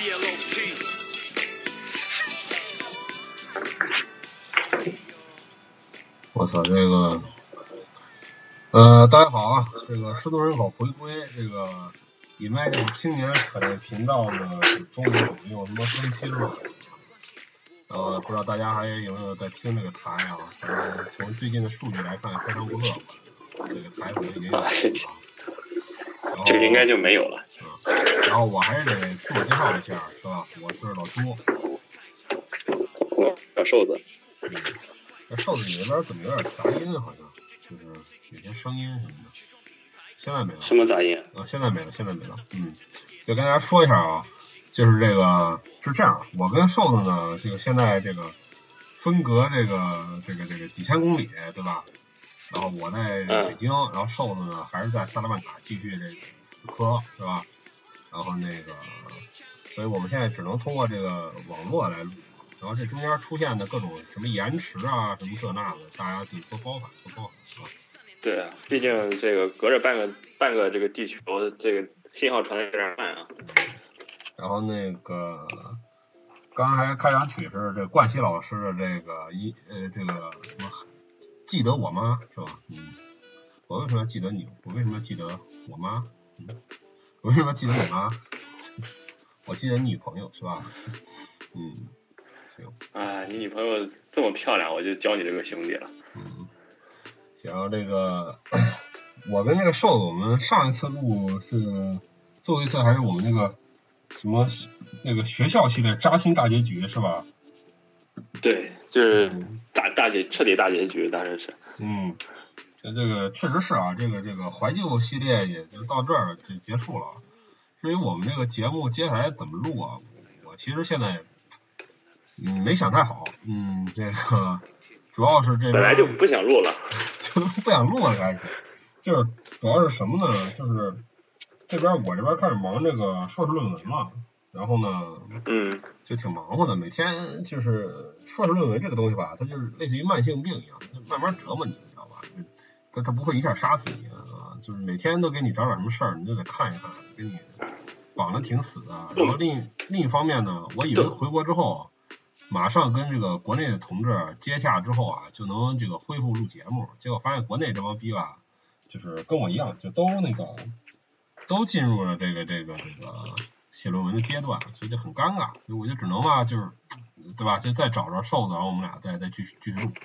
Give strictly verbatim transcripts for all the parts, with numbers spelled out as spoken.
我操，这个，呃，大家好啊！这个失踪人口回归，这个以麦这个青年扯淡频道呢，终于我们又他妈更新了。呃，不知道大家还有没有在听这个台啊？反正从最近的数据来看，非常不乐观。这个台可能已经有了。 这个应该就没有了。 嗯，然后我还是得自我介绍一下，是吧？我是老朱。 我小瘦子。 嗯，那瘦子你那边怎么有点杂音？好像就是有些声音什么的。现在没了。 什么杂音？ 啊，现在没了，现在没了。嗯，就跟大家说一下啊，就是这个是这样，我跟瘦子呢，这个现在这个分隔这个这个这个几千公里，对吧？然后我在北京， 嗯、 然后瘦子呢还是在萨拉曼卡继续这个死磕，是吧？然后那个，所以我们现在只能通过这个网络来录，然后这中间出现的各种什么延迟啊，什么这那的，大家就多包涵，多包涵啊。 对啊，毕竟这个隔着半个半个这个地球，这个信号传的有点慢啊。 然后那个刚才开场曲是这冠希老师的这个一呃这个什么记得我妈是吧？嗯，我为什么要记得你？我为什么要记得我妈？嗯，我为什么要记得你妈？我记得你女朋友是吧？嗯，行。 啊，你女朋友这么漂亮，我就教你这个兄弟了。 嗯，然后这个我跟那个瘦子，我们上一次录是最后一次，还是我们那个什么那个学校系列扎心大结局是吧？ 对，就是大大结彻底大结局，当然是。 嗯，这个确实是啊，这个这个怀旧系列也就到这儿就结束了。至于我们这个节目接下来怎么录啊，我其实现在嗯没想太好。嗯，这个主要是这本来就不想录了， 就不想录了开始。就是主要是什么呢？就是这边我这边开始忙这个硕士论文了。然后呢， 嗯， 就挺忙活的，每天就是硕士论文这个东西吧，它就是类似于慢性病一样，就慢慢折磨你，你知道吧？它它不会一下杀死你啊，就是每天都给你找点什么事儿，你就得看一看，给你绑得挺死的。然后另另一方面呢，我以为回国之后，马上跟这个国内的同志接洽之后啊，就能这个恢复录节目，结果发现国内这帮逼吧，就是跟我一样，就都那个都进入了这个这个这个。写论文的阶段，所以就很尴尬，所以我就只能吧，就是对吧，就再找着瘦子，然后我们俩再再继续继续录。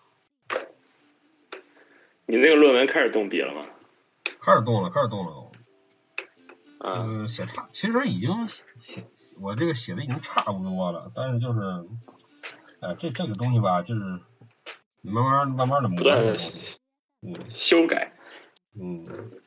你那个论文开始动笔了吗？ 开始动了，开始动了。 啊、 嗯，写差，其实已经写，我这个写的已经差不多了，但是就是，哎，这这个东西吧，就是慢慢慢慢的磨这个东西，嗯， 修改， 嗯。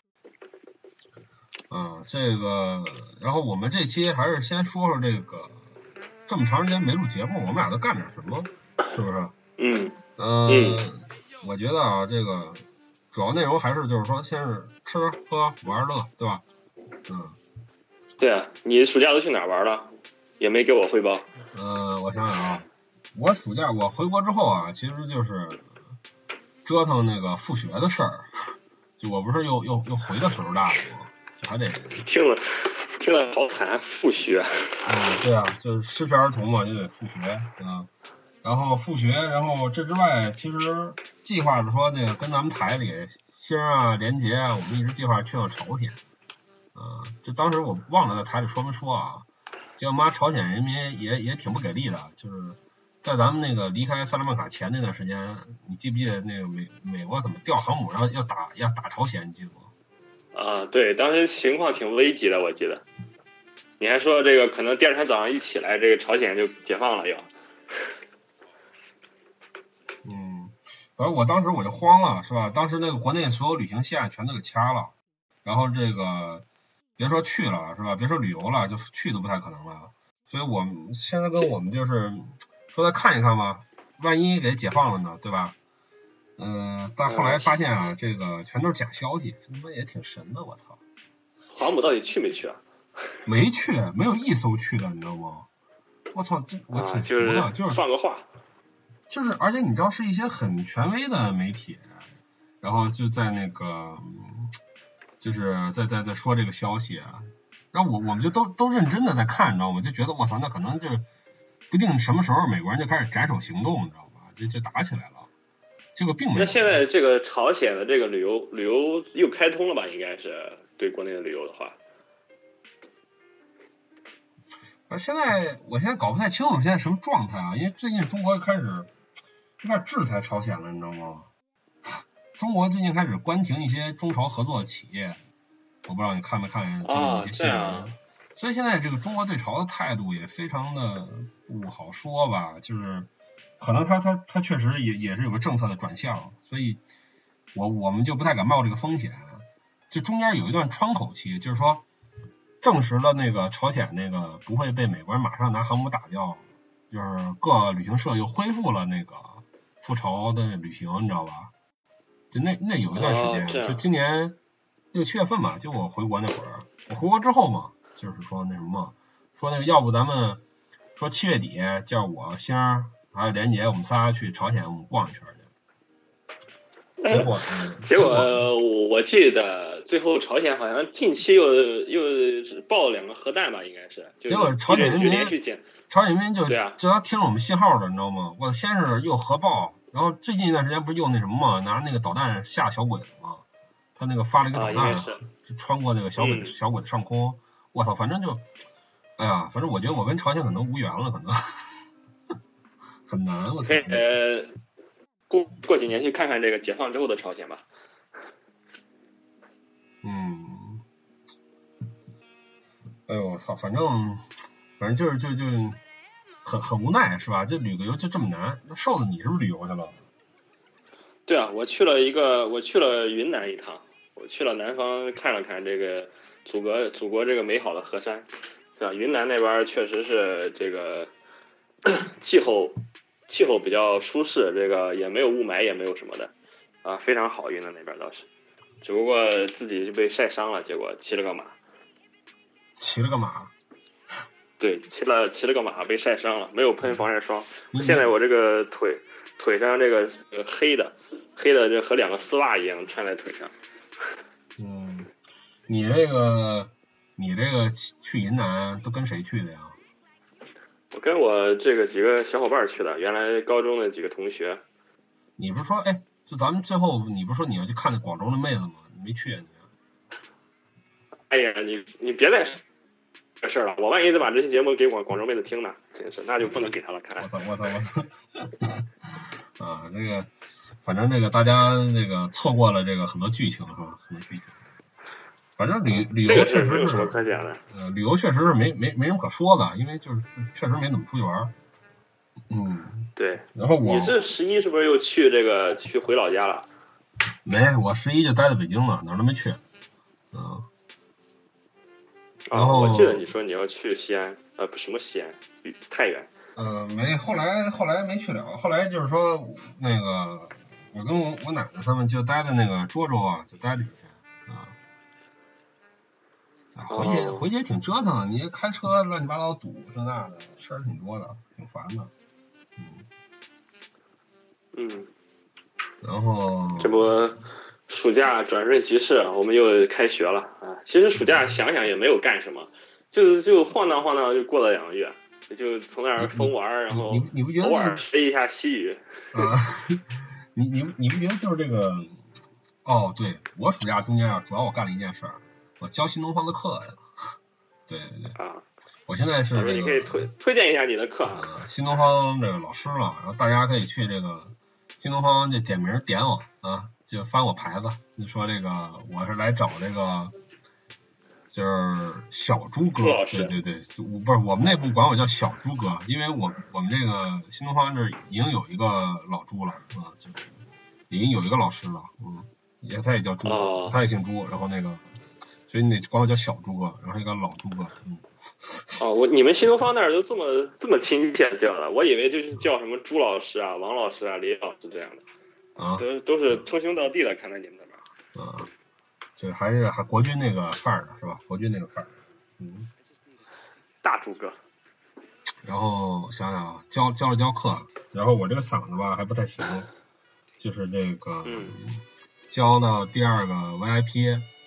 嗯，这个，然后我们这期还是先说说这个，这么长时间没录节目，我们俩都干点什么，是不是？ 嗯。 呃、 嗯， 我觉得啊，这个主要内容还是就是说，先是吃喝玩乐，对吧？嗯。 对啊，你暑假都去哪儿玩了？也没给我汇报。 呃，我想想啊，我暑假我回国之后啊，其实就是折腾那个复学的事儿，就我不是又又又回到首师大了吗？还得听了听了好惨，复学。 嗯，对啊，就是失学儿童嘛，就得复学，嗯，然后复学，然后这之外，其实计划着说那个跟咱们台里星啊、连杰啊，我们一直计划去趟朝鲜，嗯，就当时我忘了在台里说没说啊，结果妈朝鲜人民也也挺不给力的，就是在咱们那个离开萨拉曼卡前那段时间，你记不记得那个美美国怎么调航母要要打要打朝鲜，你记得吗？ 啊，对，当时情况挺危急的，我记得。你还说这个可能第二天早上一起来，这个朝鲜就解放了要。 嗯，反正我当时我就慌了，是吧？当时那个国内所有旅行线全都给掐了，然后这个别说去了，是吧？别说旅游了，就去都不太可能了。所以我现在跟我们就是说再看一看吧，万一给解放了呢，对吧？嗯、呃，但后来发现啊，这个全都是假消息，这他妈也挺神的，我操！ 航母到底去没去啊？ 没去，没有一艘去的，你知道吗？我操，这我挺服的， 啊、 就是放个话， 就是，而且你知道是一些很权威的媒体，然后就在那个，就是在在在说这个消息啊， 然后我我们就都都认真的在看，你知道吗？就觉得我操，那可能就是不定什么时候美国人就开始斩首行动，你知道吧？就就打起来了。这个并没有。 那现在这个朝鲜的这个旅游旅游又开通了吧？应该是对国内的旅游的话。 而现在我现在搞不太清楚现在什么状态啊，因为最近中国开始有点制裁朝鲜了，你知道吗？中国最近开始关停一些中朝合作的企业，我不知道你看没看最近一些新闻。啊、所以现在这个中国对朝的态度也非常的不好说吧，就是可能他他他确实也也是有个政策的转向，所以我我们就不太敢冒这个风险。这中间有一段窗口期，就是说证实了那个朝鲜那个不会被美国人马上拿航母打掉，就是各旅行社又恢复了那个赴朝的旅行，你知道吧？就那那有一段时间，哦、就今年六七月份吧，就我回国那会儿，我回国之后嘛，就是说那什么，说那个要不咱们说七月底叫我星儿还有连杰，我们仨去朝鲜我们逛一圈去。结果，嗯、 结果我我记得最后朝鲜好像近期又又爆了两个核弹吧，应该是。 结果朝鲜人民朝鲜人民就对啊， 就他听着我们信号的，你知道吗？我先是又核爆。然后最近一段时间不是又那什么嘛，拿那个导弹吓小鬼子嘛，他那个发了一个导弹， 啊、 就穿过那个小鬼、嗯、小鬼子上空，我操，反正就，哎呀，反正我觉得我跟朝鲜可能无缘了，可能很难，我操。 呃，过过几年去看看这个解放之后的朝鲜吧。 嗯，哎呦我操，反正反正就是就就。很很无奈是吧？这旅个游就这么难。那瘦子你是不是旅游去了？ 对啊，我去了一个，我去了云南一趟，我去了南方看了看这个祖国祖国这个美好的河山，是吧？云南那边确实是这个气候气候比较舒适，这个也没有雾霾，也没有什么的啊，非常好。云南那边倒是，只不过自己就被晒伤了，结果骑了个马。 骑了个马。 对，骑了骑了个马被晒伤了，没有喷防晒霜。嗯、现在我这个腿腿上这个呃黑的黑的，就和两个丝袜一样穿在腿上。 嗯，你这个你这个去云南都跟谁去的呀？ 我跟我这个几个小伙伴去的，原来高中的几个同学。 你不是说哎，就咱们最后你不是说你要去看那广州的妹子吗？你没去啊你？ 哎呀，你你别再这事了，我万一再把这期节目给广广州妹子听呢，真是那就不能给她了。看来我操我操我操！啊，这个反正这个大家这个错过了这个很多剧情是吧？很多剧情。反正旅旅游确实是， 什么可讲的？ 呃，旅游确实是没没没什么可说的，因为就是确实没怎么出去玩。嗯， 对。 然后我你这十一是不是又去这个去回老家了？ 没，我十一就待在北京了，哪儿都没去。嗯。然后、 哦、我记得你说你要去西安，呃，不什么西安，太原。 呃，没，后来后来没去了，后来就是说那个我跟我我奶奶他们就待在那个涿州啊，就待了几天啊。回去、哦、回去也挺折腾，你开车乱七八糟堵这那的，事儿挺多的，挺烦的。嗯。 嗯。 然后。 这不。暑假转瞬即逝，我们又开学了啊！其实暑假想想也没有干什么，就就晃荡晃荡就过了两个月，就从那儿疯玩，然后你你不觉得偶尔学一下西语啊？你你你不觉得就是这个？哦，对，我暑假中间啊，主要我干了一件事儿，我教新东方的课来了。对对对啊！ 我现在是、这个、 你可以推推荐一下你的课啊、 呃，新东方这个老师了，然后大家可以去这个新东方就点名点我啊。就翻我牌子，就说这个我是来找这个，就是小猪哥，对对对，不是我们内部管我叫小猪哥，因为我我们这个新东方这已经有一个老猪了啊，就是已经有一个老师了，嗯，也他也叫猪， 哦、 他也姓朱，然后那个，所以你得管我叫小猪哥，然后一个老猪哥，嗯。 哦，我你们新东方那儿都这么这么亲切叫的，我以为就是叫什么朱老师啊、王老师啊、李老师这样的。 啊， 都都是称兄道弟的，看在你们那边。 啊，就还是还国军那个范儿的是吧？国军那个范儿，嗯。 大猪哥。 然后想想教教了教课，然后我这个嗓子吧还不太行，就是这个， 嗯， 教到第二个 V I P，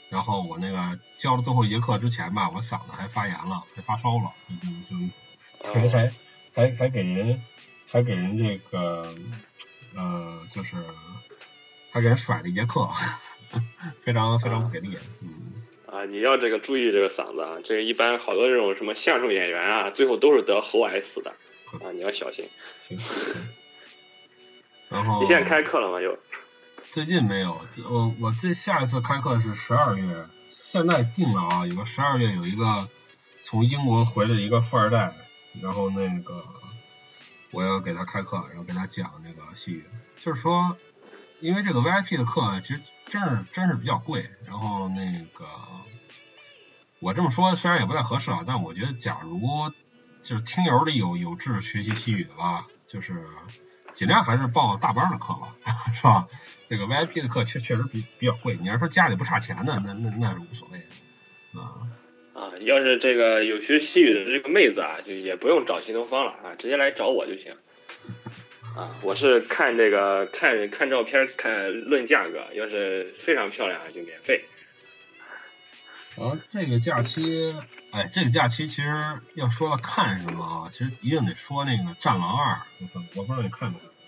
然后我那个教了最后一节课之前吧，我嗓子还发炎了，还发烧了，就就就还还还给人还给人这个呃就是还给人甩了一节课，非常非常不给力。嗯啊，你要这个注意这个嗓子啊，这个一般好多这种什么相声演员啊，最后都是得喉癌死的啊，你要小心。 行。然后你现在开课了吗？又？ 最近没有，我我最下一次开课是十二月，现在定了啊，有个十二月有一个从英国回来的一个富二代，然后那个我要给他开课，然后给他讲那个西语，就是说，因为这个 V I P 的课其实真是真是比较贵，然后那个我这么说虽然也不太合适啊，但我觉得假如就是听友里有有志学习西语的吧，就是尽量还是报大班的课吧，是吧？这个 V I P 的课确确实比比较贵，你要说家里不差钱的，那那那是无所谓的啊。 啊，要是这个有学西语的这个妹子啊，就也不用找新东方了啊，直接来找我就行。啊，我是看这个看看照片看论价格，要是非常漂亮就免费。 然后这个假期，哎，这个假期其实要说到看什么啊，其实一定得说那个《战狼二》，我不知道你看没看。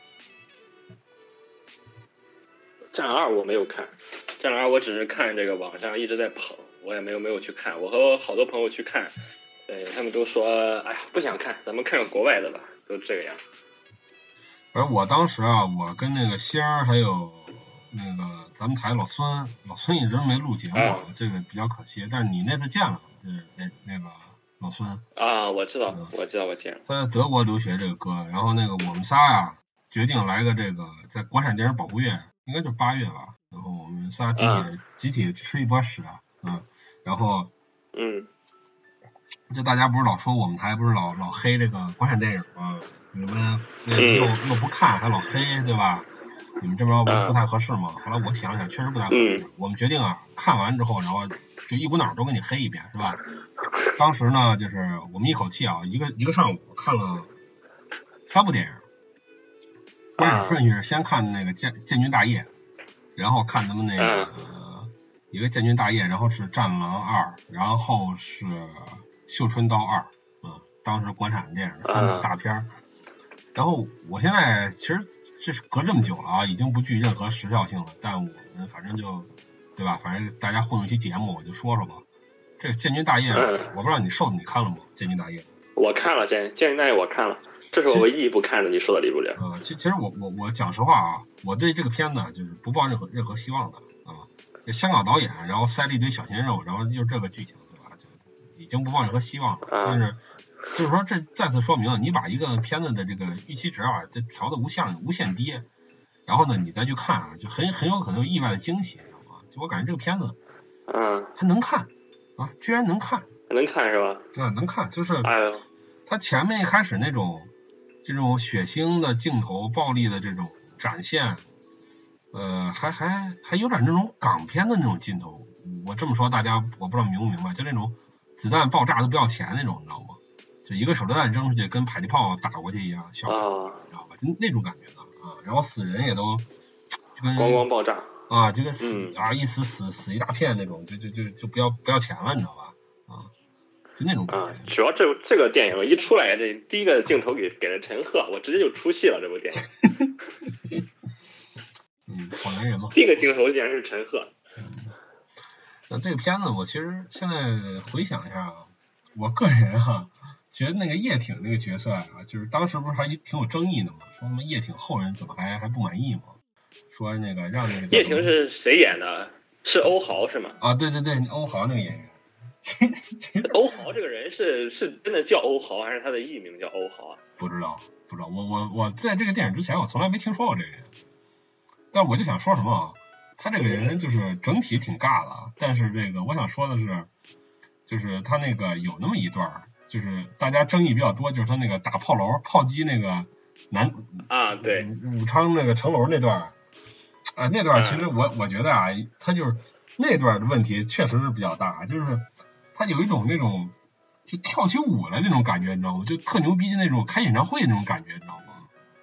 战狼二我没有看，战狼二我只是看这个网上一直在捧，我也没有没有去看。我和好多朋友去看，呃，他们都说，哎呀，不想看，咱们看个国外的吧，都这个样。 而我当时啊，我跟那个仙儿还有那个咱们台老孙，老孙一直没录节目，啊、这个比较可惜。但是你那次见了，就是那那个老孙啊，我知道，嗯、我知道，我见了。 他在德国留学这个哥，然后那个我们仨呀、啊，决定来个这个在国产电影保护月。应该就八月吧，然后我们仨集体、啊、集体吃一波屎啊，嗯，然后嗯， 就大家不是老说我们台不是老老黑这个国产电影吗？你们那又、嗯、又不看还老黑，对吧？你们这边不不太合适吗？后来我想想，确实不太合适。 嗯、 我们决定啊，看完之后，然后就一股脑都给你黑一遍，是吧？当时呢，就是我们一口气啊，一个一个上午看了三部电影。观影顺序是先看那个建建军大业，然后看他们那个、呃、一个建军大业，然后是战狼二，然后是绣春刀二，嗯，当时国产电影三部大片。然后我现在其实这是隔这么久了啊，已经不具任何时效性了，但我们反正就对吧，反正大家混一期节目，我就说说吧。这个建军大业，我不知道你瘦子你看了吗？建军大业， 我看了，建建军大业我看了。这是我唯一不看的，你说的李不了。 呃，其其实我我我讲实话啊，我对这个片子就是不抱任何任何希望的啊。香港导演，然后塞了一堆小鲜肉，然后就是这个剧情，对吧？就已经不抱任何希望了。 啊、 但是就是说，这再次说明，你把一个片子的这个预期值啊，这调的无限无限低，然后呢，你再去看啊，就很很有可能有意外的惊喜，知道吗？就我感觉这个片子， 嗯， 还能看啊，居然能看， 能看是吧？ 啊，能看，就是， 哎呦， 他前面一开始那种。这种血腥的镜头、暴力的这种展现，呃，还还还有点那种港片的那种镜头。我这么说，大家我不知道明不明白，就那种子弹爆炸都不要钱那种，你知道吗？就一个手榴弹扔出去，跟迫击炮打过去一样，效果， 啊、 知道吧？就那种感觉的啊。然后死人也都就跟咣咣爆炸啊，就跟死、 嗯、 啊一死死死一大片那种，就就就就不要不要钱了，你知道吧？啊。就那种感觉、 啊，主要这这个电影一出来，这第一个镜头给给了陈赫，我直接就出戏了。这部电影， 嗯，好男人嘛。 第一个镜头竟然是陈赫。 嗯，那这个片子我其实现在回想一下啊，我个人啊觉得那个叶挺那个角色啊，就是当时不是还挺有争议的嘛，说什么叶挺后人怎么还还不满意嘛？说那个让那个叶挺是谁演的？是欧豪是吗？ 啊，对对对，欧豪那个演员。 欧豪这个人是是真的叫欧豪，还是他的艺名叫欧豪啊？ 不知道，不知道。我我我在这个电影之前，我从来没听说过这个人。但我就想说什么啊？他这个人就是整体挺尬的，但是这个我想说的是，就是他那个有那么一段，就是大家争议比较多，就是他那个打炮楼炮击那个南啊，对， 武昌那个城楼那段，啊，那段其实我、嗯、我觉得啊，他就是那段的问题确实是比较大，就是。他有一种那种就跳起舞来那种感觉，你知道吗？就特牛逼的那种开演唱会那种感觉，你知道吗？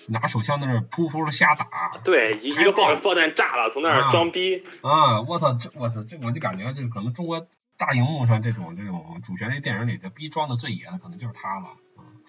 拿手枪在那噗噗的瞎打。 对，一个爆爆弹炸了，从那儿装逼。 啊！我操！这我操！这我就感觉这可能中国大荧幕上这种这种主旋律电影里的逼装的最野的，可能就是他了。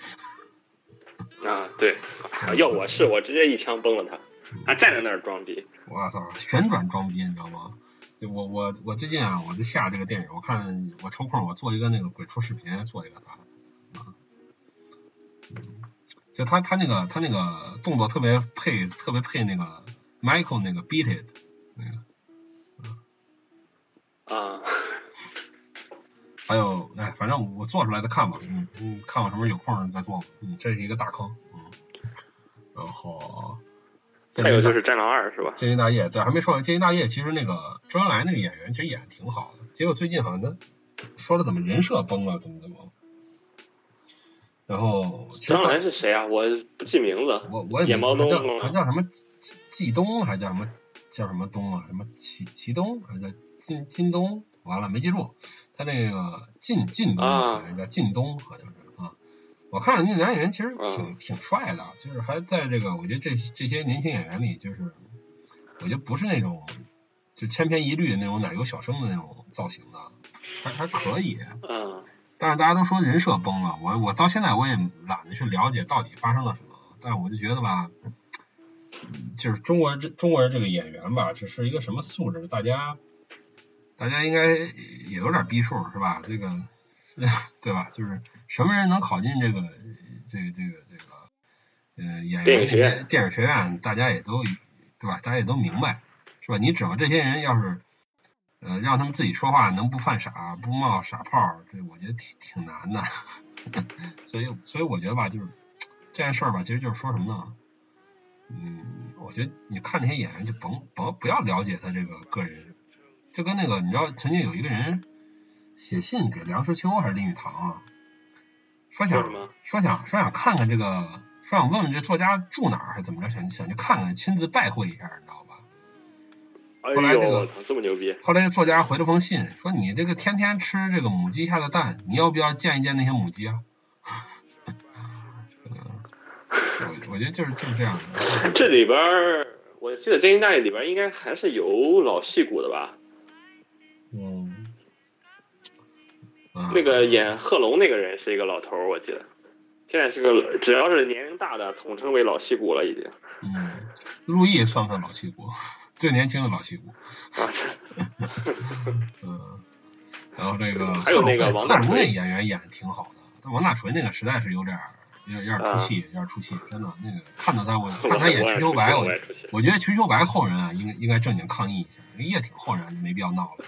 啊，对，要我是我直接一枪崩了他，他站在那儿装逼。 我操，旋转装逼，你知道吗？就我我我最近啊，我就下这个电影，我看我抽空我做一个那个鬼畜视频，做一个他啊，嗯，就他他那个他那个动作特别配特别配那个 Michael 那个 Beat It 那个， 啊， 还有哎，反正我做出来再看吧，嗯嗯，看我什么时候有空再做吧，嗯，这是一个大坑，嗯，然后。 再有就是《战狼二》是吧？ 建军大业，对，还没说完。建军大业其实那个周恩来那个演员其实演的挺好的，结果最近好像他说了怎么人设崩了，怎么怎么。然后周恩来是谁啊？我不记名字。 我我也野猫东还叫什么季东，还叫什么叫什么东啊？什么祁祁东，还叫靳靳东？完了没记住，他那个靳靳东， 啊， 还叫靳东，好像是啊。我看了那男演员其实挺、嗯、挺帅的，就是还在这个，我觉得这这些年轻演员里，就是我觉得不是那种就千篇一律的那种奶油小生的那种造型的，还还可以。 嗯。 但是大家都说人设崩了，我我到现在我也懒得去了解到底发生了什么，但是我就觉得吧，就是中国这中国人这个演员吧，这是一个什么素质？大家大家应该也有点逼数是吧？这个。对吧？就是什么人能考进这个这个这个这个呃演员这些电影学院，大家也都对吧？大家也都明白是吧？你指望这些人要是呃让他们自己说话能不犯傻不冒傻泡，这我觉得挺挺难的。所以所以我觉得吧，就是这件事儿吧，其实就是说什么呢？嗯，我觉得你看这些演员就甭甭不要了解他这个个人，就跟那个你知道曾经有一个人。写信给梁实秋还是林语堂啊？说想说想说想看看这个，说想问问这作家住哪儿，还怎么着？想想去看看，亲自拜会一下，你知道吧？后来这个、 哎、这么牛逼。 后来这作家回了封信，说你这个天天吃这个母鸡下的蛋，你要不要见一见那些母鸡啊？嗯，我我觉得就是就是这样的。 这里边我记得《真心大业》里边应该还是有老戏骨的吧？ 嗯。 那个演贺龙那个人是一个老头儿，我记得，现在是个只要是年龄大的，统称为老戏骨了已经。 嗯，陆毅算不算老戏骨？最年轻的老戏骨。 啊， 嗯，然后这个还有那个王大锤那演员演的挺好的，但王大锤那个实在是有点有点有点出戏，有点出戏，真的那个看到他我看他演瞿秋白，我我觉得瞿秋白后人啊，应该应该正经抗议一下，叶挺后人没必要闹了。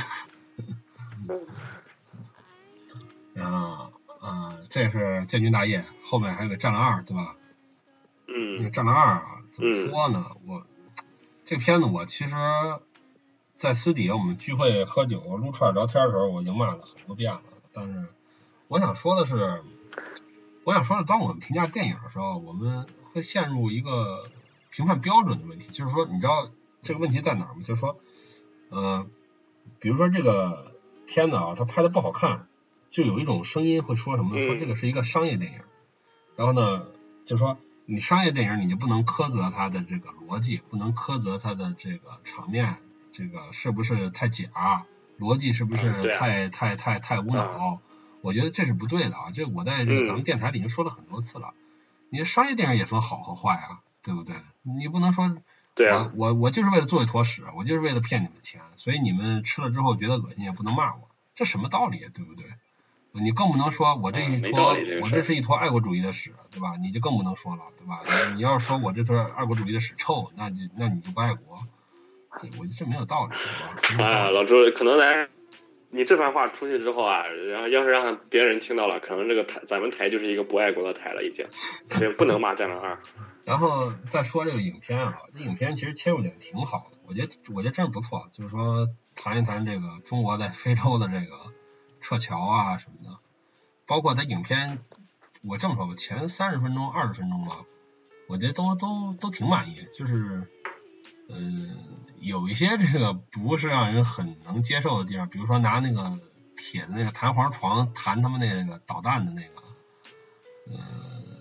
啊啊，这是建军大业，后面还有个战狼二，对吧？ 嗯。 那个战狼二啊，怎么说呢？嗯、我这个片子我其实，在私底下我们聚会喝酒、撸串聊天的时候，我已经骂了很多遍了。但是我想说的是，我想说的，当我们评价电影的时候，我们会陷入一个评判标准的问题，就是说，你知道这个问题在哪儿吗？就是说，呃，比如说这个片子啊，它拍的不好看。就有一种声音会说什么呢？说这个是一个商业电影，然后呢，就说你商业电影你就不能苛责它的这个逻辑，不能苛责它的这个场面，这个是不是太假，逻辑是不是太、啊、太太太无脑、啊？我觉得这是不对的啊！这我在这个咱们电台里已经说了很多次了，你的商业电影也分好和坏啊，对不对？你不能说对啊， 我我我就是为了做一坨屎，我就是为了骗你们钱，所以你们吃了之后觉得恶心也不能骂我，这什么道理，对不对？你更不能说我这一坨、嗯、我这是一坨爱国主义的屎，对吧？你就更不能说了，对吧？你, 你要是说我这坨爱国主义的屎臭，那就那你就不爱国，这我觉得这没有道理，对吧？ 啊，老朱，可能咱你这番话出去之后啊，然后要是让别人听到了，可能这个台咱们台就是一个不爱国的台了，已经，所以不能骂战狼二。 然后再说这个影片啊，这影片其实切入点挺好的，我觉得我觉得真是不错，就是说谈一谈这个中国在非洲的这个。撤侨啊什么的，包括他影片，我这么说吧，前三十分钟、二十分钟吧，我觉得都都都挺满意。就是，嗯、呃，有一些这个不是让人很能接受的地方，比如说拿那个铁的那个弹簧床弹他们那个导弹的那个，呃，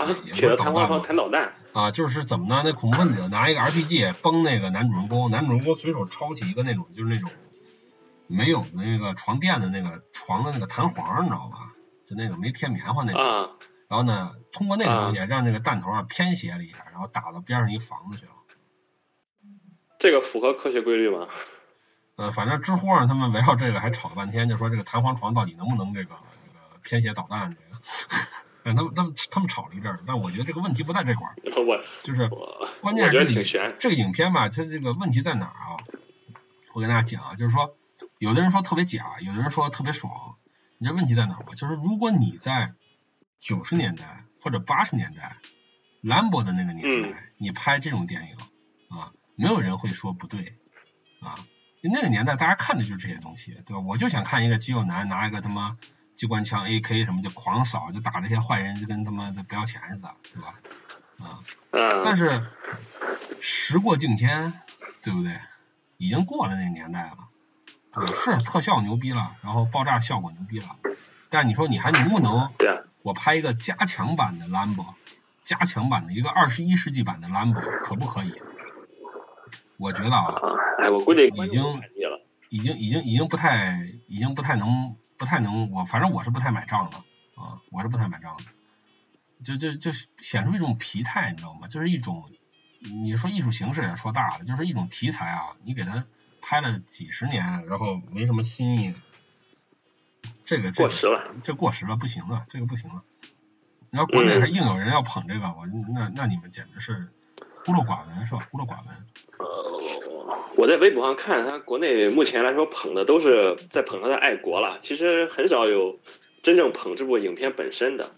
啊， 也去了弹簧床弹导弹啊，就是怎么呢？那恐怖分子拿一个 R P G 崩那个男主人公，男主人公随手抄起一个那种就是那种没有那个床垫的那个床的那个弹簧，你知道吧？就那个没贴棉花那个。 啊。 然后呢，通过那个东西让那个弹头啊偏斜了一下，然后打到边上一房子去了。 这个符合科学规律吗？ 呃，反正知乎上他们围绕这个还吵了半天，就说这个弹簧床到底能不能这个这个偏斜导弹这个。他们他们他们吵了一阵儿，但我觉得这个问题不在这块儿， 我就是关键是这个这个影片吧，它这个问题在哪儿啊？我跟大家讲啊，就是说，有的人说特别假，有的人说特别爽，你这问题在哪儿吧？就是如果你在九十年代或者八十年代，兰博的那个年代， 嗯、 你拍这种电影啊，没有人会说不对啊，那个年代大家看的就是这些东西，对吧？我就想看一个肌肉男拿一个他妈机关枪 A K 什么就狂扫，就打这些坏人，就跟他妈的不要钱似的，对吧？啊，但是时过境迁，对不对？已经过了那个年代了，对吧？是特效牛逼了，然后爆炸效果牛逼了，但你说你还能不能？我拍一个加强版的兰博，加强版的一个二十一世纪版的兰博，可不可以？我觉得啊， 哎，我估计已经已经已经已经不太已经不太能。不太能，我反正我是不太买账的啊，我是不太买账的，就就就显出一种疲态，你知道吗？就是一种，你说艺术形式也说大了，就是一种题材啊，你给他拍了几十年，然后没什么新意，这个这过时了， 这过时了，不行了，这个不行了。你要国内还硬有人要捧这个，我那那你们简直是孤陋寡闻，是吧？孤陋寡闻。 呃，我在微博上看，他国内目前来说捧的都是在捧他的爱国了，其实很少有真正捧这部影片本身的。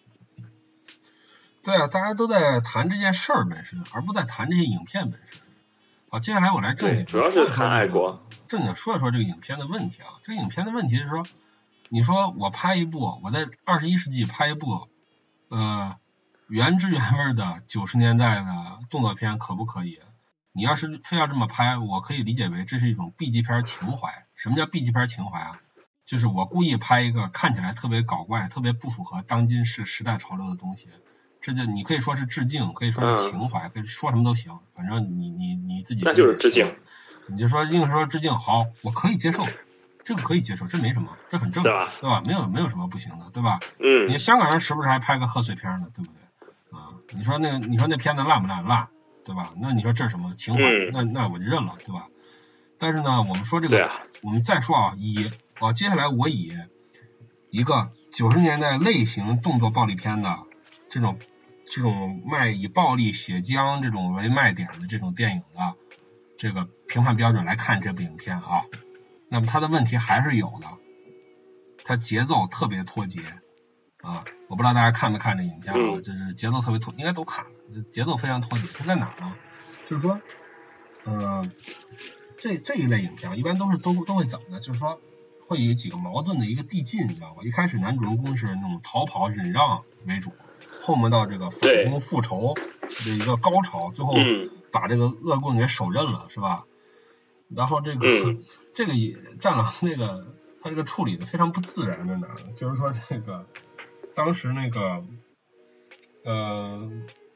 对啊，大家都在谈这件事儿本身，而不在谈这些影片本身。好，接下来我来正经主要是谈爱国， 正经说一说这个影片的问题啊。这个影片的问题是说，你说我拍一部，我在二十一世纪拍一部，呃，原汁原味的九十年代的动作片，可不可以？你要是非要这么拍，我可以理解为这是一种 B 级片情怀。什么叫 B 级片情怀啊？就是我故意拍一个看起来特别搞怪、特别不符合当今世时代潮流的东西。这就你可以说是致敬，可以说是情怀， 嗯、 可以说什么都行，反正你你你自己那就是致敬， 你就说硬说致敬，好，我可以接受，这个可以接受，这没什么，这很正常，对吧？对吧？没有没有什么不行的，对吧？ 嗯。 你香港人时不时还拍个贺岁片呢，对不对？啊，你说那个你说那片子烂不烂？烂，对吧？那你说这是什么情怀？ 嗯、 那那我就认了，对吧？但是呢，我们说这个， 啊、 我们再说啊，以啊，接下来我以一个九十年代类型动作暴力片的这种。这种卖以暴力血浆这种为卖点的这种电影的这个评判标准来看这部影片啊，那么它的问题还是有的，它节奏特别脱节啊，我不知道大家看没看这影片啊，就是节奏特别脱，应该都看了，节奏非常脱节。它在哪儿呢？就是说，呃，这这一类影片一般都是都都会怎么呢？就是说会有几个矛盾的一个递进，你知道吧？一开始男主人公是那种逃跑忍让为主。后面到这个反攻复仇的一个高潮，最后把这个恶棍给手刃了，是吧？然后这个、 嗯、 这个战狼这个他这个处理的非常不自然在哪呢？就是说这个当时那个呃，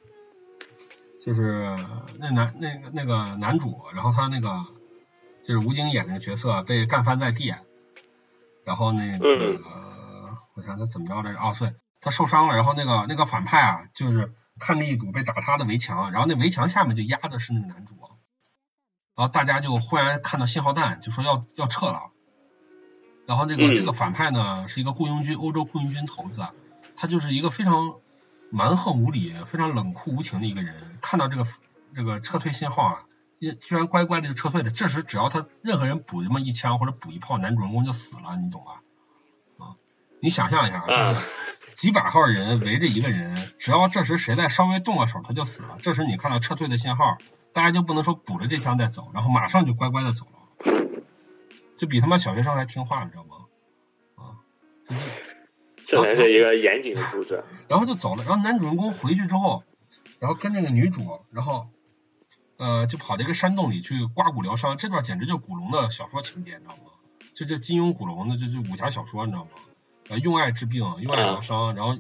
就是那男那个那个男主，然后他那个就是吴京演那个角色被干翻在地，然后那个、 嗯、 我想他怎么着来着？哦，对。他受伤了，然后那个那个反派啊，就是看着一堵被打塌的围墙，然后那围墙下面就压的是那个男主，然后大家就忽然看到信号弹，就说要要撤了。然后这个、 嗯、 这个反派呢是一个雇佣军，欧洲雇佣军头子，他就是一个非常蛮横无理、非常冷酷无情的一个人。看到这个这个撤退信号啊，居然乖乖的就撤退了。这时只要他任何人补这么一枪或者补一炮，男主人公就死了，你懂吧？啊，你想象一下，就是。 啊几百号人围着一个人，只要这时谁再稍微动个手，他就死了。这时你看到撤退的信号，大家就不能说补了这枪再走，然后马上就乖乖的走了，就比他妈小学生还听话，你知道吗？啊，就这才是一个严谨的组织。 然后就走了，然后男主人公回去之后，然后跟那个女主，然后呃就跑到一个山洞里去刮骨疗伤，这段简直就是古龙的小说情节，你知道吗？这这金庸古龙的这这武侠小说，你知道吗？呃，用爱治病，用爱疗伤，然后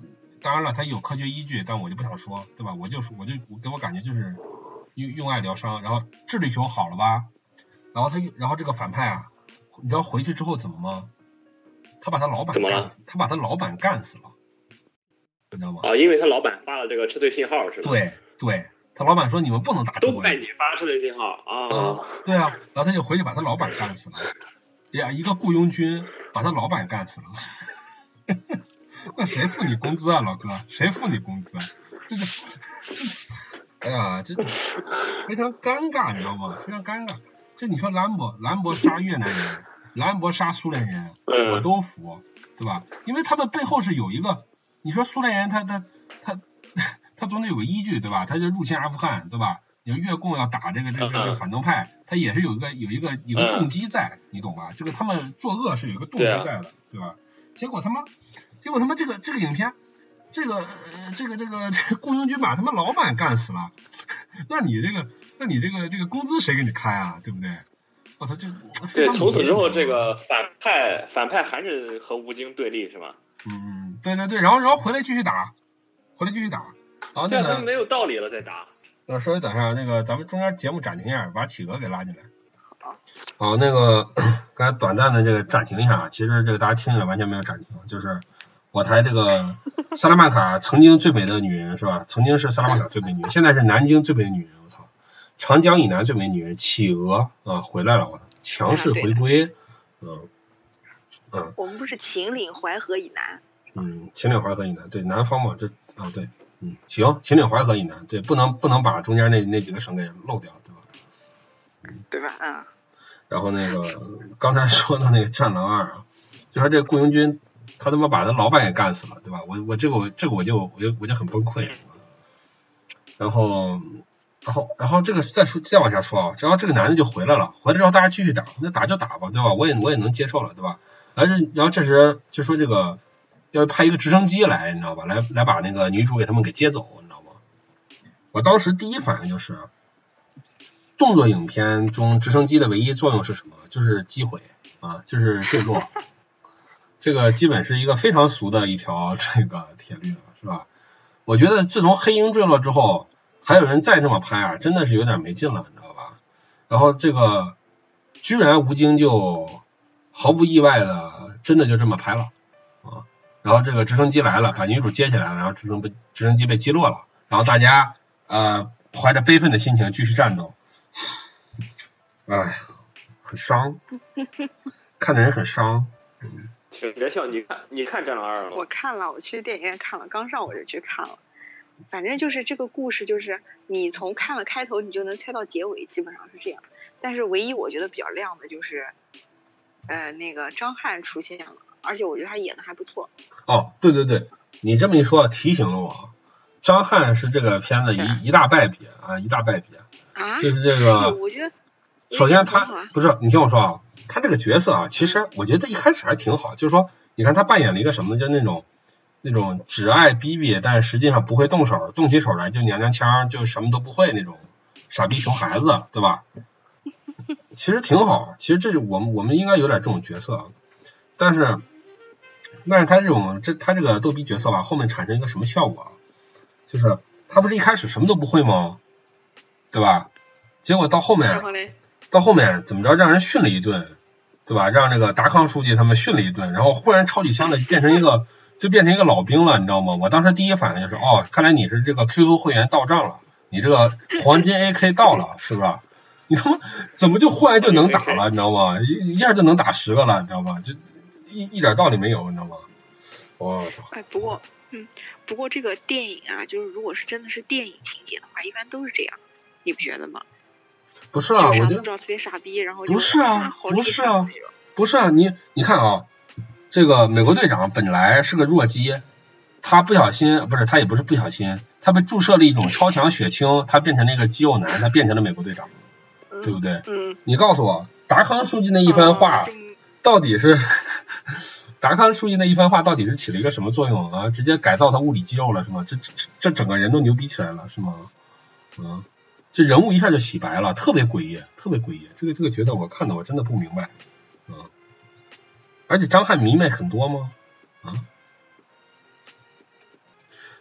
当然了，它有科学依据，但我就不想说，对吧？我就我就给我感觉就是用用爱疗伤，然后智力球好了吧，然后他然后这个反派啊，你知道回去之后怎么吗？他把他老板干死，他把他老板干死了，你知道吗？ 啊，因为他老板发了这个撤退信号是吧？ 对对，他老板说你们不能打中国人， 都怪你发撤退信号啊、 嗯！对啊，然后他就回去把他老板干死了。呀，一个雇佣军把他老板干死了，那谁付你工资啊，老哥？谁付你工资啊？这就这就，哎呀，这非常尴尬，你知道吗？非常尴尬。这你说兰博，兰博杀越南人。兰博杀苏联人，我都服，对吧？因为他们背后是有一个，你说苏联人他他他他总得有个依据，对吧？他就入侵阿富汗，对吧？你说越共要打这个这个这个反动派，他也是有一个有一个有一个动机在，你懂吧？这个他们作恶是有一个动机在的，对吧？结果他妈，结果他妈这个这个影片，这个这个这个这个雇佣军把他们老板干死了，那你这个那你这个这个工资谁给你开啊？对不对？我操，这对，从此之后，这个反派反派还是和吴京对立，是吗？ 嗯，对对对，然后然后回来继续打，回来继续打，然后那个他们没有道理了再打。 呃，稍微等一下，那个咱们中间节目暂停一下，把企鹅给拉进来。 好， 好，那个刚才短暂的这个暂停一下，其实这个大家听起来完全没有暂停，就是我台这个萨拉曼卡曾经最美的女人是吧？曾经是萨拉曼卡最美女人，现在是南京最美的女人，我操！长江以南最美女人企鹅啊回来了，我操，强势回归，嗯嗯。 我们不是秦岭淮河以南。 嗯，秦岭淮河以南，对，南方嘛，这啊对，嗯，行，秦岭淮河以南，对，不能不能把中间那那几个省给漏掉，对吧？ 嗯，对吧？嗯。 然后那个刚才说的那个战狼二啊，就说这个雇佣军他他妈把他老板给干死了，对吧？我我这个我这个我就我就我就很崩溃，然后。然后，然后这个再说再往下说啊，然后这个男的就回来了，回来之后大家继续打，那打就打吧，对吧？我也我也能接受了，对吧？然后然后这时就说这个要派一个直升机来，你知道吧？来来把那个女主给他们给接走，你知道吗？我当时第一反应就是，动作影片中直升机的唯一作用是什么？就是击毁啊，就是坠落。这个基本是一个非常俗的一条这个铁律了，是吧？我觉得自从黑鹰坠落之后。还有人再这么拍啊，真的是有点没劲了，你知道吧？然后这个居然吴京就毫不意外的，真的就这么拍了啊。然后这个直升机来了，把女主接起来了，然后直升被直升机被击落了，然后大家呃怀着悲愤的心情继续战斗。哎，很伤，看的人很伤。嗯， 别笑，你看你看《战狼二》了吗？ 我看了，我去电影院看了，刚上我就去看了。反正就是这个故事，就是你从看了开头，你就能猜到结尾，基本上是这样。但是唯一我觉得比较亮的就是，呃，那个张翰出现了，而且我觉得他演的还不错。 哦，对对对，你这么一说，提醒了我，张翰是这个片子一一大败笔啊，一大败笔啊， 就是这个。 我觉得， 首先他不是，你听我说啊，他这个角色啊，其实我觉得一开始还挺好，就是说，你看他扮演了一个什么，就那种。那种只爱逼逼，但实际上不会动手，动起手来就娘娘腔，就什么都不会那种傻逼熊孩子，对吧？其实挺好，其实这我们我们应该有点这种角色，但是但是他这种这他这个逗逼角色吧，后面产生一个什么效果？就是他不是一开始什么都不会吗？对吧？结果到后面到后面怎么着让人训了一顿，对吧？让这个达康书记他们训了一顿，然后忽然超级香的变成一个。就变成一个老兵了，你知道吗？我当时第一反应就是，哦，看来你是这个 Q Q 会员到账了，你这个黄金 A K 到了，是不是？你他妈怎么就忽然就能打了，你知道吗？一一下就能打十个了，你知道吗？就一一点道理没有，你知道吗？我操！ 哎，不过，嗯，不过这个电影啊，就是如果是真的是电影情节的话，一般都是这样，你不觉得吗？ 不是啊，我觉得特别傻逼，然后不是啊，不是啊，不是啊，你你看啊。这个美国队长本来是个弱鸡，他不小心不是他也不是不小心，他被注射了一种超强血清，他变成了一个肌肉男，他变成了美国队长，对不对？ 嗯。 你告诉我，达康书记那一番话到底是达康书记那一番话到底是起了一个什么作用啊？直接改造他物理肌肉了是吗？这这这整个人都牛逼起来了是吗？嗯，这人物一下就洗白了，特别诡异，特别诡异。这个这个角色我看的我真的不明白，嗯。而且张翰迷妹很多吗？啊，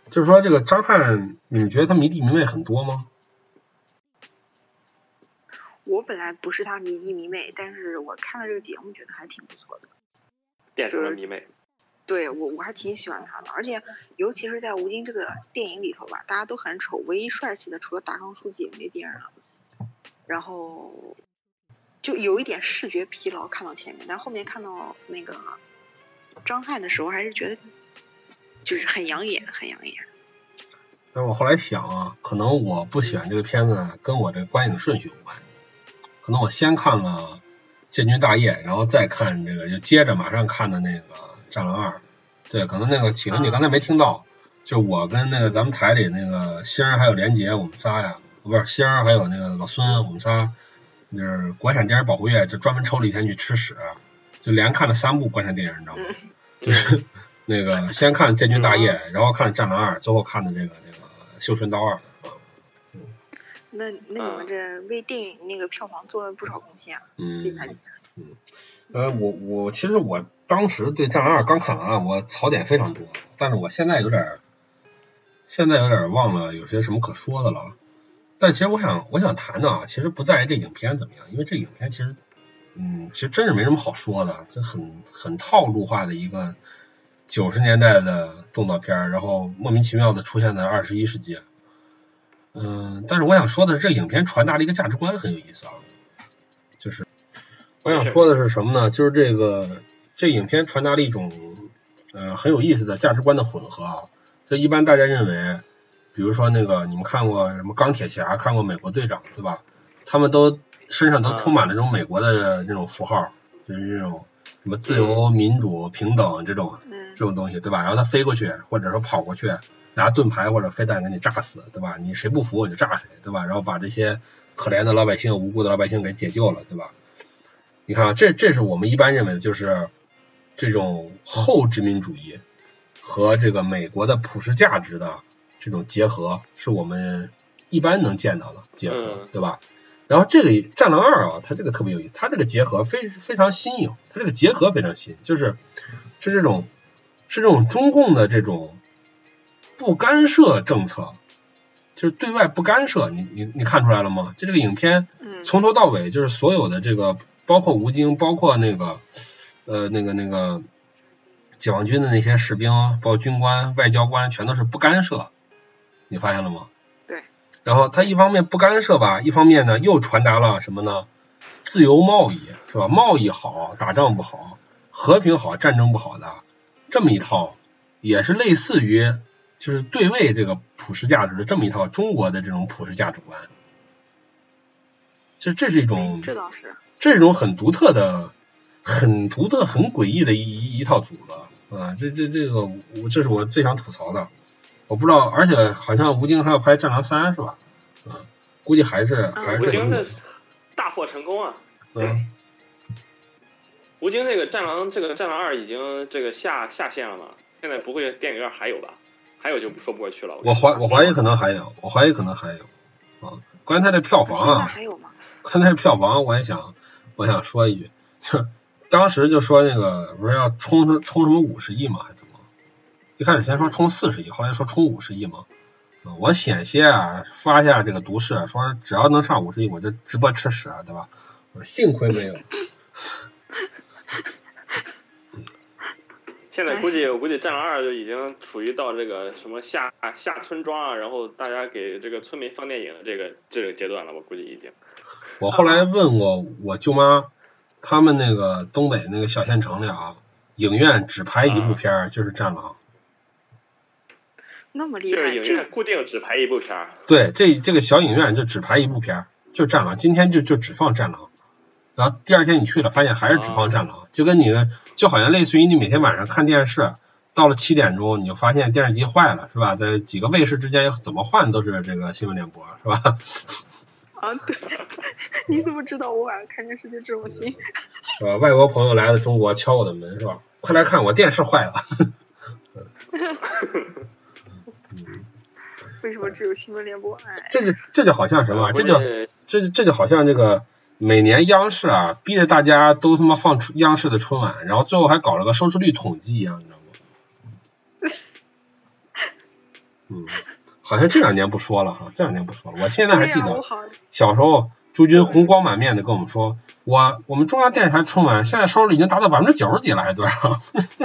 就是说这个张翰，你们觉得他迷弟迷妹很多吗？ 我本来不是他迷弟迷妹，但是我看了这个节目，觉得还挺不错的， 变成了迷妹。 对我我还挺喜欢他的，而且尤其是在吴京这个电影里头吧，大家都很丑，唯一帅气的除了达康叔姐没别人了。然后就有一点视觉疲劳，看到前面，但后面看到那个张翰的时候，还是觉得就是很养眼，很养眼。 但我后来想啊，可能我不喜欢这个片子，跟我这个观影顺序有关。可能我先看了《建军大业》，然后再看这个，就接着马上看的那个《战狼二》。对，可能那个启文你刚才没听到，就我跟那个咱们台里那个星儿还有连杰，我们仨呀，不是星儿还有那个老孙，我们仨就是国产电影保护月就专门抽了一天去吃屎，就连看了三部国产电影，你知道吗？就是那个先看《建军大业》，然后看《战狼二》，最后看的这个这个《绣春刀二》啊。 那那你们这为电影那个票房做了不少贡献啊， 嗯， 厉害厉害。 嗯，呃，我我其实我当时对《战狼二》刚看完，我槽点非常多，但是我现在有点，现在有点忘了有些什么可说的了。但其实我想我想谈的啊，其实不在于这影片怎么样，因为这影片其实，嗯，其实真是没什么好说的，这很很套路化的一个九十年代的动作片，然后莫名其妙的出现在二十一世纪。嗯、呃，但是我想说的是，这个影片传达了一个价值观很有意思啊，就是我想说的是什么呢？就是这个这影片传达了一种呃很有意思的价值观的混合啊。就一般大家认为，比如说那个你们看过什么钢铁侠，看过美国队长，对吧？他们都身上都充满了这种美国的那种符号，就是这种什么自由、民主、平等这种这种东西，对吧？然后他飞过去，或者说跑过去，拿盾牌或者飞弹给你炸死，对吧？你谁不服我就炸谁，对吧？然后把这些可怜的老百姓、无辜的老百姓给解救了，对吧？你看啊，这这是我们一般认为的就是这种后殖民主义和这个美国的普世价值的这种结合，是我们一般能见到的结合，对吧？然后这个《战狼二》啊，它这个特别有意思，它这个结合非非常新颖，它这个结合非常新，就是是这种是这种中共的这种不干涉政策，就是对外不干涉，你你你看出来了吗？就这个影片从头到尾就是所有的这个，包括吴京，包括那个呃那个那个解放军的那些士兵，包括军官、外交官，全都是不干涉，你发现了吗？ 对。 然后他一方面不干涉吧，一方面呢又传达了什么呢？自由贸易是吧？贸易好，打仗不好；和平好，战争不好的这么一套，也是类似于就是对位这个普世价值的这么一套中国的这种普世价值观。就这是一种， 这倒是， 这是一种很独特的、很独特、很诡异的一一套组合啊！这这这个，我这是我最想吐槽的。我不知道，而且好像吴京还要拍《战狼三》是吧？啊，估计还是还是吴京的大获成功啊！ 嗯， 吴京这个《战狼》这个《战狼二》已经这个下下线了嘛？现在不会电影院还有吧？还有就说不过去了。 我怀我怀疑可能还有，我怀疑可能还有啊。关于他这票房啊， 还有吗？ 关于他这票房，我也想我想说一句，就当时就说那个不是要冲冲什么五十亿吗？还是怎么？一开始先说冲四十亿，后来说冲五十亿嘛。嗯，我险些啊发下这个毒誓，说只要能上五十亿，我就直播吃屎，对吧？幸亏没有。 现在估计我估计《战狼二》就已经处于到这个什么下下村庄啊，然后大家给这个村民放电影这个这个阶段了，我估计已经。 我后来问过我舅妈，他们那个东北那个小县城里啊，影院只排一部片儿，就是《战狼》。 那么厉害， 就是影院固定只排一部片儿。 对，这这个小影院就只排一部片儿，就《战狼》，今天就就只放《战狼》。然后第二天你去了，发现还是只放《战狼》，就跟你就好像类似于你每天晚上看电视，到了七点钟你就发现电视机坏了，是吧？在几个卫视之间怎么换都是这个新闻联播，是吧？ 啊，对，你怎么知道我晚上看电视就这种心？ 是吧？外国朋友来了中国敲我的门，是吧？快来看，我电视坏了。 为什么只有新闻联播？哎， 这就这就好像什么？这就这这就好像这个。每年央视啊逼着大家都他妈放央视的春晚，然后最后还搞了个收视率统计一样，你知道吗？ 嗯，好像这两年不说了哈，这两年不说了。我现在还记得、 啊、 小时候朱军红光满面的跟我们说，我我们中央电视台春晚现在收视已经达到百分之九十几了，还多少？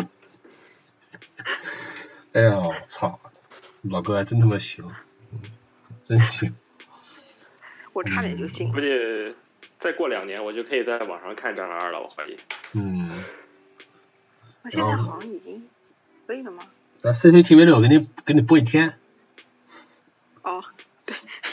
哎呀，我操！老哥真他妈行，真行。 我差点就信了。 估计再过两年，我就可以在网上看《战狼二》了，我怀疑。 嗯。 我现在好像已经可以了吗？ 在 C C T V 六给你给你播一天。 哦，对。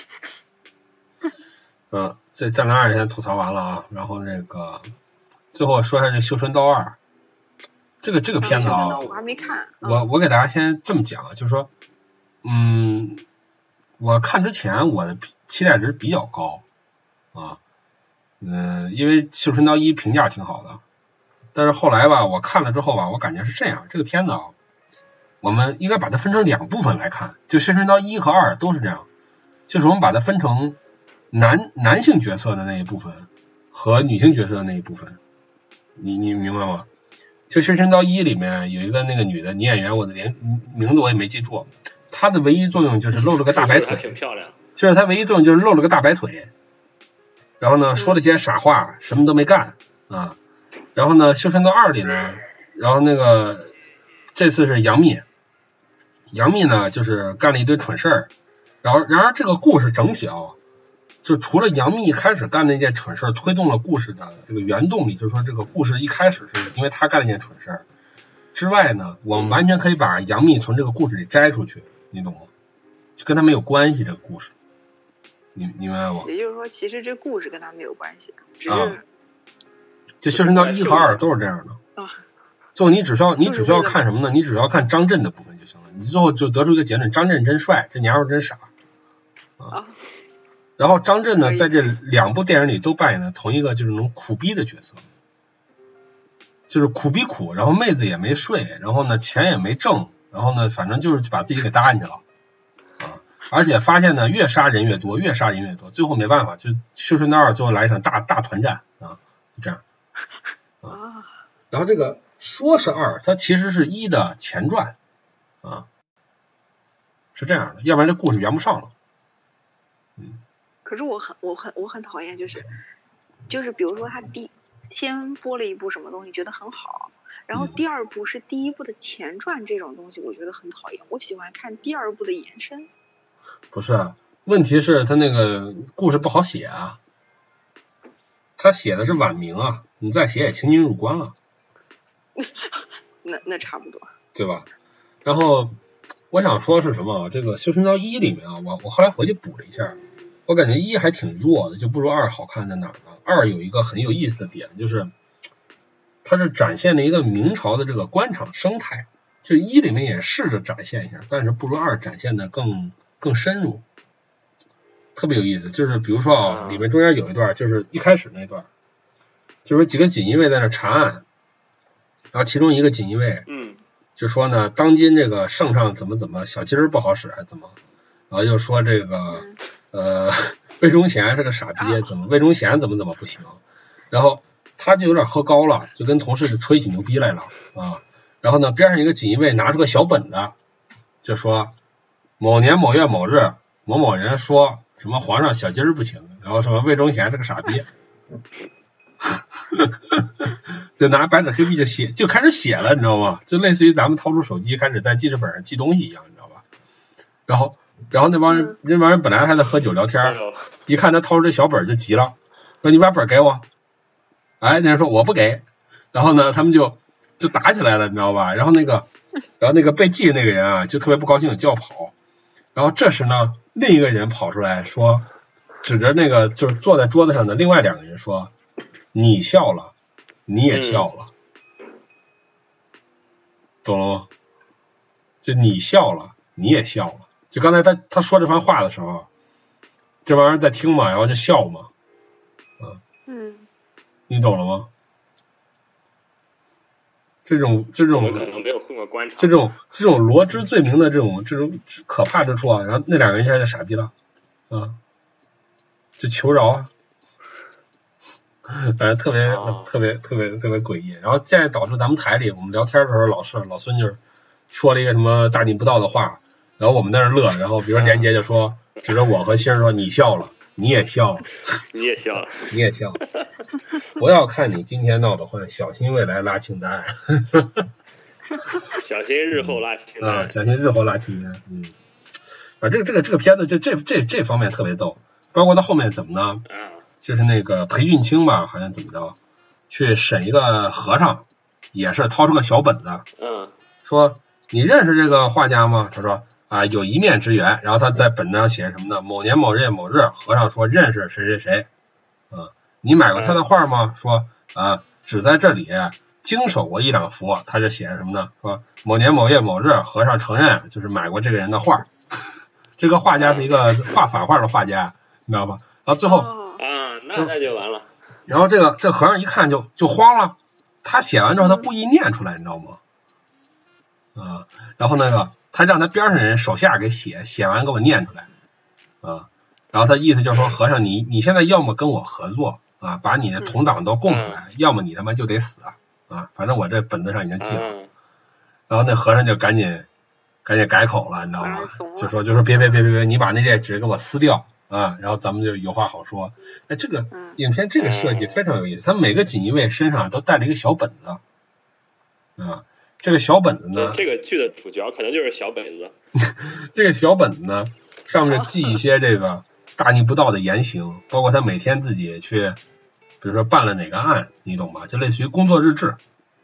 嗯，这《战狼二》先吐槽完了啊，然后那个最后说一下这《绣春刀二》。这个这个片子啊， 我还没看。 嗯、我我给大家先这么讲，就是说，嗯，我看之前我的期待值比较高啊，嗯、呃，因为《绣春刀一》评价挺好的，但是后来吧，我看了之后吧，我感觉是这样，这个片子啊，我们应该把它分成两部分来看，就《绣春刀一》和二都是这样，就是我们把它分成男男性角色的那一部分和女性角色的那一部分，你你明白吗？就《绣春刀一》里面有一个那个女的女演员，我的连名字我也没记住，她的唯一作用就是露了个大白腿， 挺漂亮。 就是她唯一作用就是露了个大白腿，然后呢说了些傻话，什么都没干啊。然后呢，《绣春刀二》里呢，然后那个这次是杨幂，杨幂呢就是干了一堆蠢事儿，然后然而这个故事整体啊。就除了杨幂开始干那件蠢事推动了故事的这个原动力，就是说这个故事一开始是因为她干了一件蠢事之外呢，我们完全可以把杨幂从这个故事里摘出去，你懂吗？就跟她没有关系，这个故事，你你明白吗？ 也就是说，其实这故事跟她没有关系，只是、 啊、就《绣春刀一》和二都是这样的啊。 最后你只需要你只需要看什么呢？你只需要看张震的部分就行了，你最后就得出一个结论：张震真帅，这娘们真傻啊。啊然后张震呢，在这两部电影里都扮演了同一个就是那种苦逼的角色，就是苦逼苦，然后妹子也没睡，然后呢钱也没挣，然后呢反正就是把自己给搭进去了啊！而且发现呢越杀人越多，越杀人越多，最后没办法，就《绣春刀二》最后来一场大大团战啊，就这样啊。然后这个说是二，它其实是一的前传啊，是这样的，要不然这故事圆不上了，嗯。 可是我很我很我很讨厌，就是就是比如说他第先播了一部什么东西，觉得很好，然后第二部是第一部的前传，这种东西我觉得很讨厌。我喜欢看第二部的延伸。 不是啊，问题是他那个故事不好写啊，他写的是晚明啊，你再写也清军入关了。 那那差不多， 对吧？然后我想说是什么？这个《绣春刀一》里面啊，我我后来回去补了一下。我感觉一还挺弱的，就不如二好看在哪儿呢？二有一个很有意思的点，就是它是展现了一个明朝的这个官场生态，就一里面也试着展现一下，但是不如二展现的更更深入，特别有意思。就是比如说啊，里面中间有一段，就是一开始那段，就是几个锦衣卫在那查案，然后其中一个锦衣卫， 嗯， 就说呢，当今这个圣上怎么怎么小鸡儿不好使，还怎么，然后又说这个。呃，魏忠贤是个傻逼，怎么魏忠贤怎么怎么不行？然后他就有点喝高了，就跟同事就吹起牛逼来了啊。然后呢，边上一个锦衣卫拿出个小本子，就说某年某月某日某某人说什么皇上小鸡儿不行，然后什么魏忠贤是个傻逼，就拿白纸黑笔就写，就开始写了，你知道吗？就类似于咱们掏出手机开始在记事本上记东西一样，你知道吧？然后。然后那帮人，那帮人本来还在喝酒聊天，一看他掏出这小本就急了，说你把本给我。哎，那人说我不给。然后呢，他们就就打起来了，你知道吧？然后那个，然后那个被记那个人啊，就特别不高兴，就要跑。然后这时呢，另一个人跑出来说，指着那个就是坐在桌子上的另外两个人说：“你笑了，你也笑了，嗯、懂了吗？就你笑了，你也笑了。”就刚才他他说这番话的时候，这帮人在听嘛，然后就笑嘛，嗯， 嗯， 你懂了吗？这种这种可能没有混过官场， 这种这种罗织罪名的这种这种可怕之处啊，然后那两个人现在就傻逼了，啊，就求饶啊，反正特别、哦、特别特别特别诡异。然后现在导致咱们台里我们聊天的时候，老是老孙就是说了一个什么大逆不道的话。 然后我们在那乐，然后比如说连杰就说指着我和星说你笑了，你也笑了， 你也笑了， 你也笑了，不要看你今天闹得欢，小心未来拉清单。 小心日后拉清单、 啊，小心日后拉清单。嗯，啊，这个这个这个片子这这这这方面特别逗，包括到后面怎么呢？就是那个裴俊卿吧，好像怎么着，去审一个和尚，也是掏出个小本子， 嗯， 说你认识这个画家吗？他说啊，有一面之缘。然后他在本子上写什么呢？某年某月某日，和尚说认识谁谁谁，啊，你买过他的画吗？说啊，只在这里经手过一两幅。他就写什么呢？说某年某月某日，和尚承认就是买过这个人的画。这个画家是一个画反画的画家，你知道吧？然后最后啊，那那就完了。 然后这个这和尚一看就就慌了，他写完之后他故意念出来，你知道吗？啊，然后那个他让他边上人手下给写，写完给我念出来啊。然后他意思就是说，和尚你你现在要么跟我合作啊，把你的同党都供出来，要么你他妈就得死啊，反正我这本子上已经记了。然后那和尚就赶紧赶紧改口了，你知道吗？就说就说别别别别别，你把那页纸给我撕掉啊，然后咱们就有话好说。哎，这个影片这个设计非常有意思，他每个锦衣卫身上都带着一个小本子啊，这个小本子呢， 这个剧的主角可能就是小本子。 这个小本子呢，上面记一些这个大逆不道的言行，包括他每天自己去，比如说办了哪个案，你懂吧？就类似于工作日志。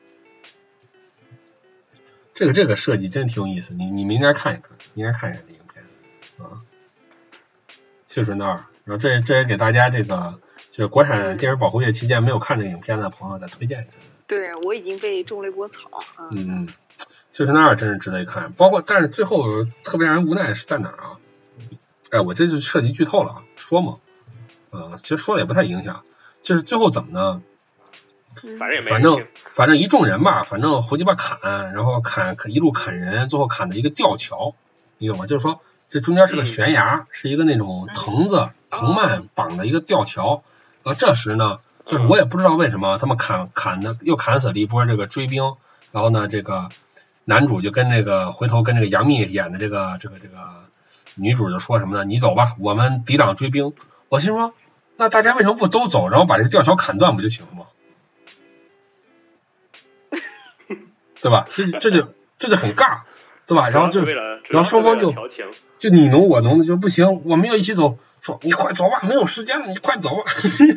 这个这个设计真挺有意思，你你们应该看一看，应该看一下这影片啊。就是那儿，然后这这也给大家这个就是国产电影保护月期间没有看这个影片的朋友再推荐一下。 对，我已经被种了一波草。 嗯，就是那儿真是值得一看，包括但是最后特别让人无奈的是在哪儿啊？哎，我这就涉及剧透了，说嘛，呃，其实说了也不太影响，就是最后怎么呢？ 反正也没反正反正一众人吧，反正胡鸡巴砍，然后砍一路砍人，最后砍的一个吊桥，你懂吗？就是说这中间是个悬崖，嗯、是一个那种藤子藤蔓绑的一个吊桥。呃，这时呢，就是我也不知道为什么他们砍砍的又砍死了一波这个追兵，然后呢，这个男主就跟这个回头跟这个杨幂演的这个这个这个女主就说什么呢？你走吧，我们抵挡追兵。我心说，那大家为什么不都走，然后把这个吊桥砍断不就行了吗？对吧？这这就这就很尬，对吧？然后就然后双方就就你侬我侬的就不行，我们要一起走。说你快走吧，没有时间了，你快走吧。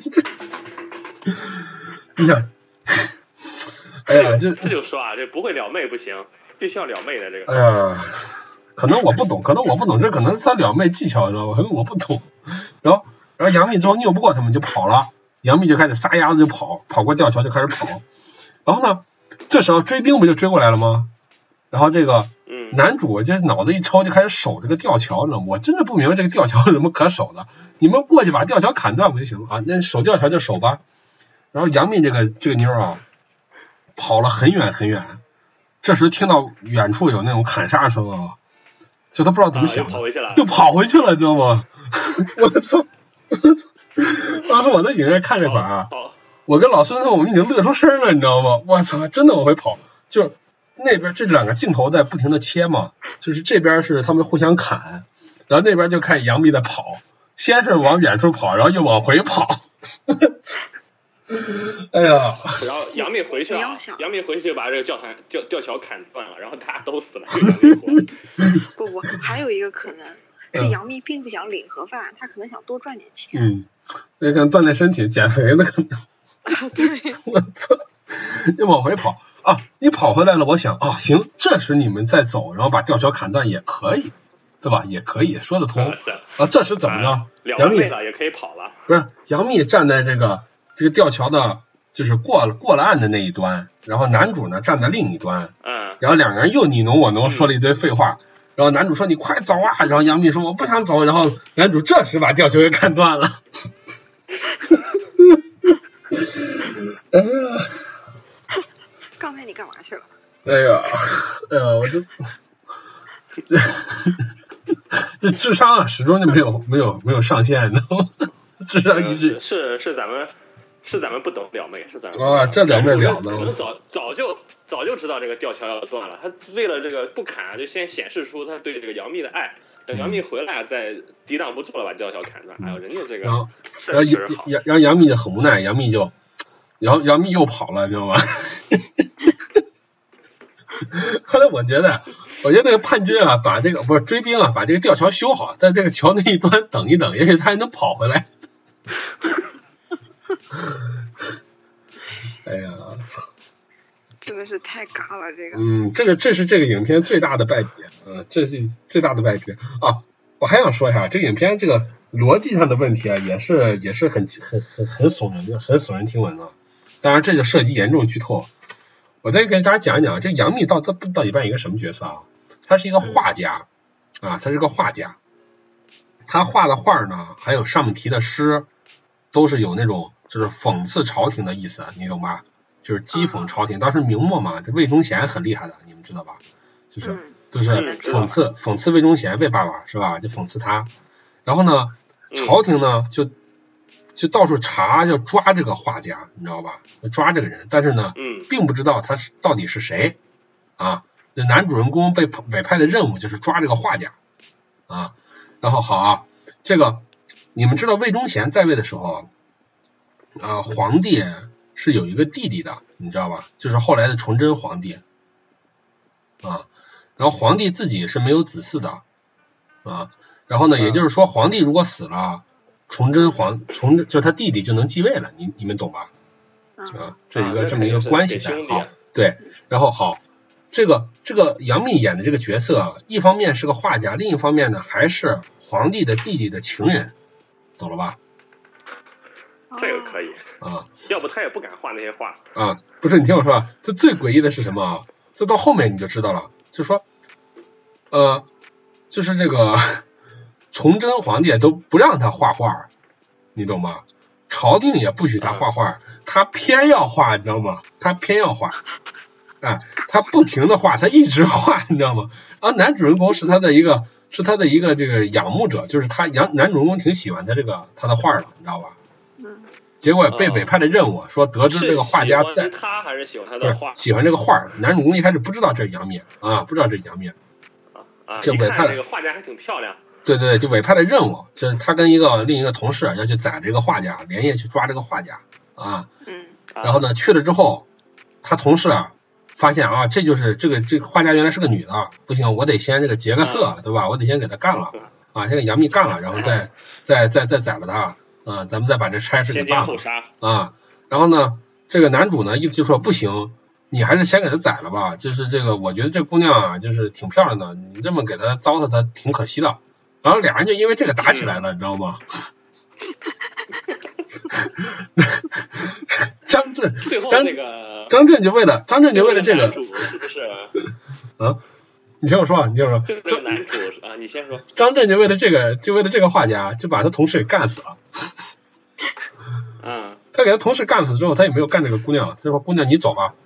你想，哎呀，这这就说啊，这不会撩妹不行，必须要撩妹的这个。 哎呀，可能我不懂，可能我不懂，这可能是他撩妹技巧，知道吧？可能我不懂。然后然后杨幂之后拗不过他们就跑了，杨幂就开始撒丫子就跑，跑过吊桥就开始跑。然后呢？这时候追兵不就追过来了吗？然后这个男主就是脑子一抽就开始守这个吊桥，你知道吗？我真的不明白这个吊桥有什么可守的，你们过去把吊桥砍断不就行了啊？那守吊桥就守吧。然后杨幂这个这个妞啊，跑了很远很远，这时听到远处有那种砍杀声啊，就他不知道怎么想的， 啊、 又跑回去了，你知道吗？我操！当时我在影院看这块啊。我跟老孙他我们已经乐出声了，你知道吗？我操，真的往回跑，就那边这两个镜头在不停的切嘛，就是这边是他们互相砍，然后那边就看杨幂在跑，先是往远处跑，然后又往回跑。哎呀！ 然后杨幂回去了，杨幂回去把这个吊桥吊吊桥砍断了，然后大家都死了。 不不，还有一个可能是杨幂并不想领盒饭，她可能想多赚点钱。 嗯，也想锻炼身体、减肥的可能。 啊，对， 我操！又往回跑啊！你跑回来了，我想啊，行，这时你们再走，然后把吊桥砍断也可以，对吧？也可以说得通啊。这时怎么呢？杨幂也可以跑了， 不是杨幂站在这个这个吊桥的，就是过了过了岸的那一端，然后男主呢站在另一端， 嗯， 然后两个人又你侬我侬说了一堆废话，然后男主说你快走啊，然后杨幂说我不想走，然后男主这时把吊桥给砍断了。哎呀！ 刚才你干嘛去了？ 哎呀，哎呀，我就这这智商啊，始终就没有没有没有上限，你知道吗？智商一直是是咱们是咱们不懂撩妹，是咱们啊，这撩妹撩的， 可能早早就早就知道这个吊桥要断了，他为了这个不砍，就先显示出他对这个杨幂的爱。等杨幂回来再抵挡不住了，把吊桥砍断。哎呦，人家这个， 然后然后杨杨杨幂就很无奈，杨幂就，然后杨幂又跑了，你知道吗？后来我觉得，我觉得那个叛军啊，把这个不是追兵啊，把这个吊桥修好，在这个桥那一端等一等，也许他还能跑回来。哎呀，操！ 真的是太尬了，这个。 嗯，这个这是这个影片最大的败笔，嗯，这是最大的败笔啊！我还想说一下，这个影片这个逻辑上的问题啊，也是也是很很很很耸人，很耸人听闻的。当然，这就涉及严重剧透。我再给大家讲一讲，这杨幂到到到底扮演一个什么角色啊？她是一个画家啊，她是个画家。她画的画呢，还有上面提的诗，都是有那种就是讽刺朝廷的意思，你懂吧？就是讥讽朝廷。当时明末嘛，这魏忠贤很厉害的，你们知道吧？就是都是讽刺讽刺魏忠贤魏爸爸是吧？就讽刺他。然后呢，朝廷呢就就到处查，要抓这个画家，你知道吧？抓这个人，但是呢，并不知道他是到底是谁啊。这男主人公被委派的任务就是抓这个画家啊。然后好啊，这个你们知道魏忠贤在位的时候，呃，皇帝是有一个弟弟的，你知道吧？就是后来的崇祯皇帝啊。然后皇帝自己是没有子嗣的啊。然后呢，也就是说，皇帝如果死了，崇祯皇崇就是他弟弟就能继位了，你你们懂吧？啊，这一个这么一个关系在。好，对，然后好，这个这个杨幂演的这个角色，一方面是个画家，另一方面呢，还是皇帝的弟弟的情人，懂了吧？ 这个可以啊， 要不他也不敢画那些画啊。不是，你听我说，这最诡异的是什么？这到后面你就知道了，就说，呃，就是这个崇祯皇帝都不让他画画，你懂吗？朝廷也不许他画画，他偏要画，你知道吗？他偏要画，啊，他不停的画，他一直画，你知道吗？而男主人公是他的一个，是他的一个这个仰慕者，就是他杨男主人公挺喜欢他这个他的画的，你知道吧？结果被委派的任务说，得知这个画家在， 他还是喜欢他的画， 喜欢这个画。男主人公一开始不知道这是杨幂啊，不知道这是杨幂， 啊， 就委派了。 这个画家还挺漂亮。 对对对，就委派的任务，就是他跟一个另一个同事要去宰这个画家，连夜去抓这个画家啊。 嗯。 然后呢，去了之后，他同事啊发现啊，这就是这个这个画家原来是个女的，不行，我得先这个劫个色，对吧？我得先给他干了啊，先给杨幂干了，然后再再再再宰了他。啊，咱们再把这差事给办了啊。然后呢，这个男主呢，一直就说不行，你还是先给他宰了吧。就是这个，我觉得这姑娘啊，就是挺漂亮的，你这么给她糟蹋她，挺可惜的。然后俩人就因为这个打起来了，嗯、你知道吗？张震，张那个张震就为了张震就为了这个， 是不是？ 啊，你听我说，你听我说， 这个男主啊，你先说。 张震就为了这个，就为了这个画家，就把他同事给干死了。 嗯， 他给他同事干死之后，他也没有干这个姑娘，他说：“姑娘你走吧。”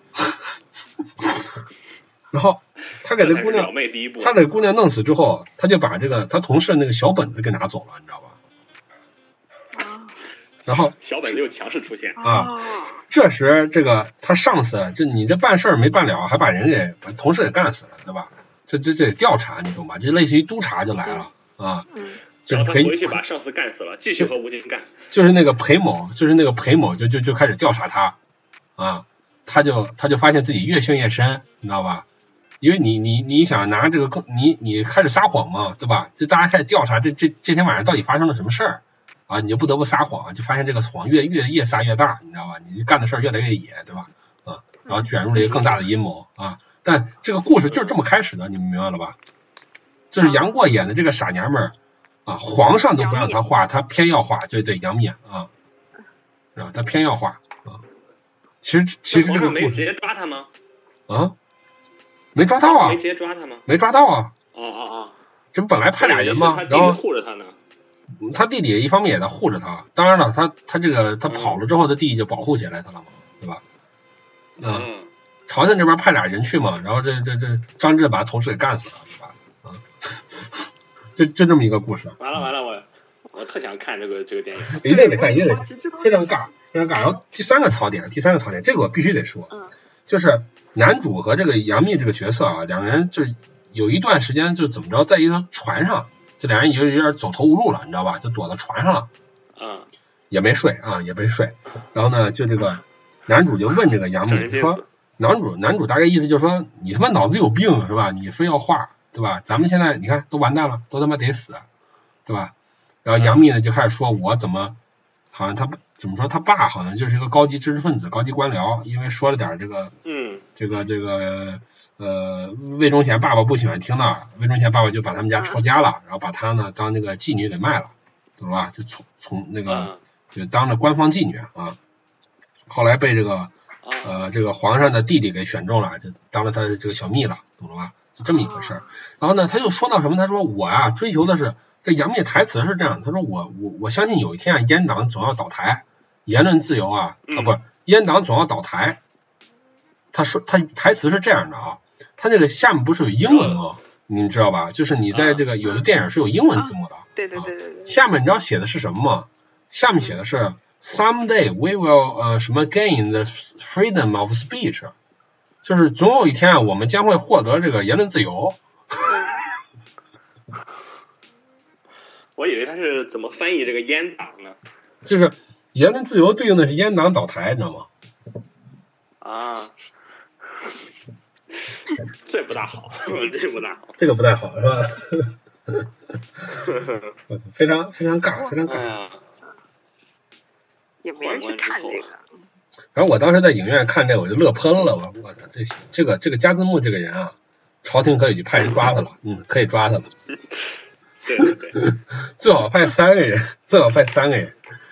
然后他给这姑娘，他给姑娘弄死之后，他就把这个他同事那个小本子给拿走了，你知道吧？ 啊。 然后小本子又强势出现啊。这时这个他上司，这你这办事没办了，还把人给把同事给干死了，对吧？这这这调查你懂吧？这类似于督察就来了啊。 嗯。 就是裴回去把上司干死了，继续和吴京干。 就是那个裴某，就是那个裴某就就就开始调查他啊，他就他就发现自己越陷越深，你知道吧？因为你你你想拿这个更你你开始撒谎嘛，对吧？就大家开始调查这这这天晚上到底发生了什么事儿啊，你就不得不撒谎，就发现这个谎越越越撒越大，你知道吧？你干的事儿越来越野，对吧？啊，然后卷入了一个更大的阴谋啊。但这个故事就是这么开始的，你们明白了吧？就是杨过演的这个傻娘们儿。啊，皇上都不让他画，他偏要画，就对杨幂啊，啊，他偏要画啊。其实其实这个故事没直接抓他吗？ 啊，没抓到啊， 没直接抓他吗？ 没抓到啊。 哦哦哦， 这本来派俩人嘛，然后护着他呢。 他弟弟一方面也在护着他，当然了，他他这个他跑了之后，他弟弟就保护起来他了嘛，对吧？啊， 嗯， 朝廷这边派俩人去嘛，然后这这这张震把同事给干死了，对吧？啊。就就这么一个故事。 完了完了，我我特想看这个这个电影。 一定得看，一定得看，非常尬，非常尬。然后第三个槽点，第三个槽点，这个我必须得说， 就是男主和这个杨幂这个角色啊，两个人就有一段时间就怎么着，在一艘船上，这两人有有点走投无路了，你知道吧？就躲到船上了， 嗯， 也没睡啊，也没睡。然后呢，就这个男主就问这个杨幂说，男主男主大概意思就是说，你他妈脑子有病是吧？你非要画对吧？咱们现在你看都完蛋了，都他妈得死，对吧？然后杨幂呢就开始说，我怎么好像他怎么说，他爸好像就是一个高级知识分子、高级官僚，因为说了点这个， 嗯， 这个这个呃，魏忠贤爸爸不喜欢听的，魏忠贤爸爸就把他们家抄家了，然后把他呢当那个妓女给卖了，懂吧？就从从那个就当着官方妓女啊，后来被这个呃这个皇上的弟弟给选中了，就当了他的这个小蜜了，懂了吧？就这么一回事儿。然后呢，他就说到什么？他说我啊追求的是。这杨幂台词是这样，他说我我我相信有一天啊，阉党总要倒台，言论自由啊啊不，阉党总要倒台。他说他台词是这样的啊，他这个下面不是有英文吗？你们知道吧？就是你在这个有的电影是有英文字幕的， 对对对对对。 下面你知道写的是什么吗？下面写的是 Someday we will 呃什么 gain the freedom of speech， 就是总有一天啊，我们将会获得这个言论自由。 我以为他是怎么翻译这个阉党呢？ 就是言论自由对应的是阉党倒台，你知道吗？ 啊，这不大好，这不大好。 这个不太好是吧？非常非常尬，非常尬。 啊、 也没人去看这个。 然后我当时在影院看这个，我就乐喷了，我我操，这这个这个加字幕这个人啊，朝廷可以去派人抓他了，嗯，可以抓他了。 对对对， 最好派三个人，最好派三个人。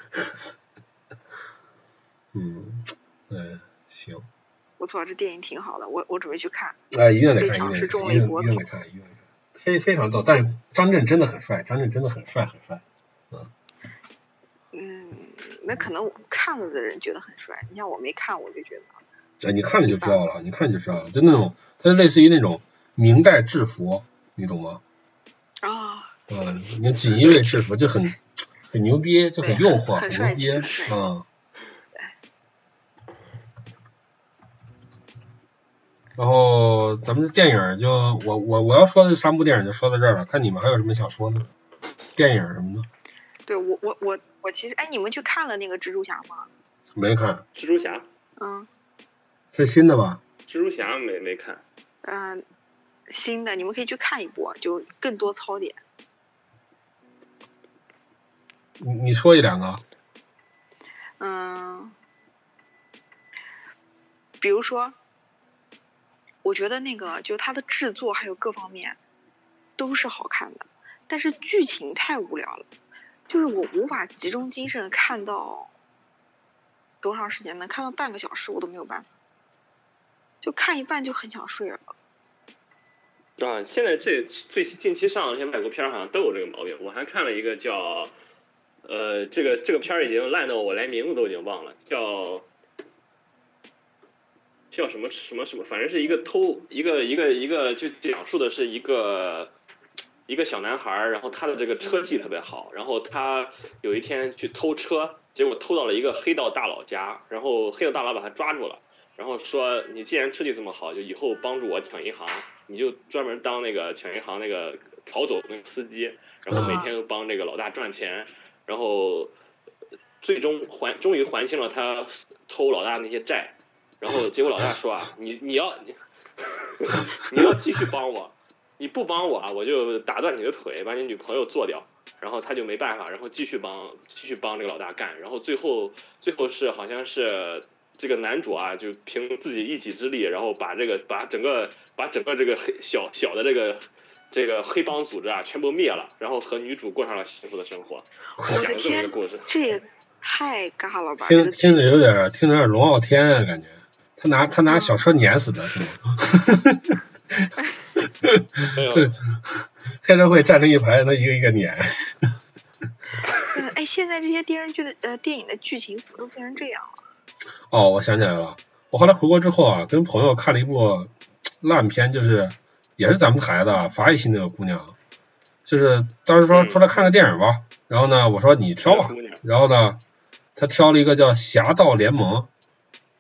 嗯，嗯，行。 不错，这电影挺好的，我我准备去看。 啊，一定得看，一定得看， 一定一定得看，一定得看，非非常逗。但是张震真的很帅，张震真的很帅，很帅。嗯。 嗯，那可能我看了的人觉得很帅，你像我没看，我就觉得。 哎，你看了就知道了，你看就知道了，就那种，它就类似于那种明代制服，你懂吗？ 啊。 嗯，你锦衣卫制服就很很牛逼，就很诱惑，很牛逼啊。然后咱们的电影就我我我要说的三部电影就说到这儿了，看你们还有什么想说的？电影什么的？ 对我我我我其实哎，你们去看了那个蜘蛛侠吗？ 没看。 蜘蛛侠？ 嗯。是新的吧？ 蜘蛛侠没没看。 嗯、呃，新的，你们可以去看一部，就更多槽点。 你你说一两个。 嗯，比如说，我觉得那个就它的制作还有各方面都是好看的，但是剧情太无聊了，就是我无法集中精神看到多长时间，能看到半个小时我都没有办法，就看一半就很想睡了。 啊，现在这最近期上的这些外国片好像都有这个毛病。我还看了一个叫。呃，这个这个片儿已经烂到我连名字都已经忘了，叫叫什么什么什么，反正是一个偷一个一个一个，就讲述的是一个一个小男孩，然后他的这个车技特别好，然后他有一天去偷车，结果偷到了一个黑道大佬家，然后黑道大佬把他抓住了，然后说你既然车技这么好，就以后帮助我抢银行，你就专门当那个抢银行那个逃走那个司机，然后每天都帮这个老大赚钱。然后最终还终于还清了他偷老大那些债，然后结果老大说啊，你你要你你要继续帮我，你不帮我啊，我就打断你的腿，把你女朋友做掉。然后他就没办法，然后继续帮继续帮这个老大干，然后最后最后是好像是这个男主啊，就凭自己一己之力，然后把这个把整个把整个这个黑小小的这个。这个黑帮组织啊，全部灭了，然后和女主过上了幸福的生活。 我的天，这也太尬了吧！ 听听着有点，听着有点龙傲天啊，感觉他拿他拿小车碾死的是吗？这黑社会站成一排，他一个一个碾。 嗯，哎，现在这些电视剧的呃电影的剧情怎么都变成这样了？ 哦，我想起来了，我后来回国之后啊，跟朋友看了一部烂片，就是。也是咱们台的法语系那个姑娘，就是当时说出来看个电影吧，然后呢我说你挑吧，然后呢她挑了一个叫《侠盗联盟》，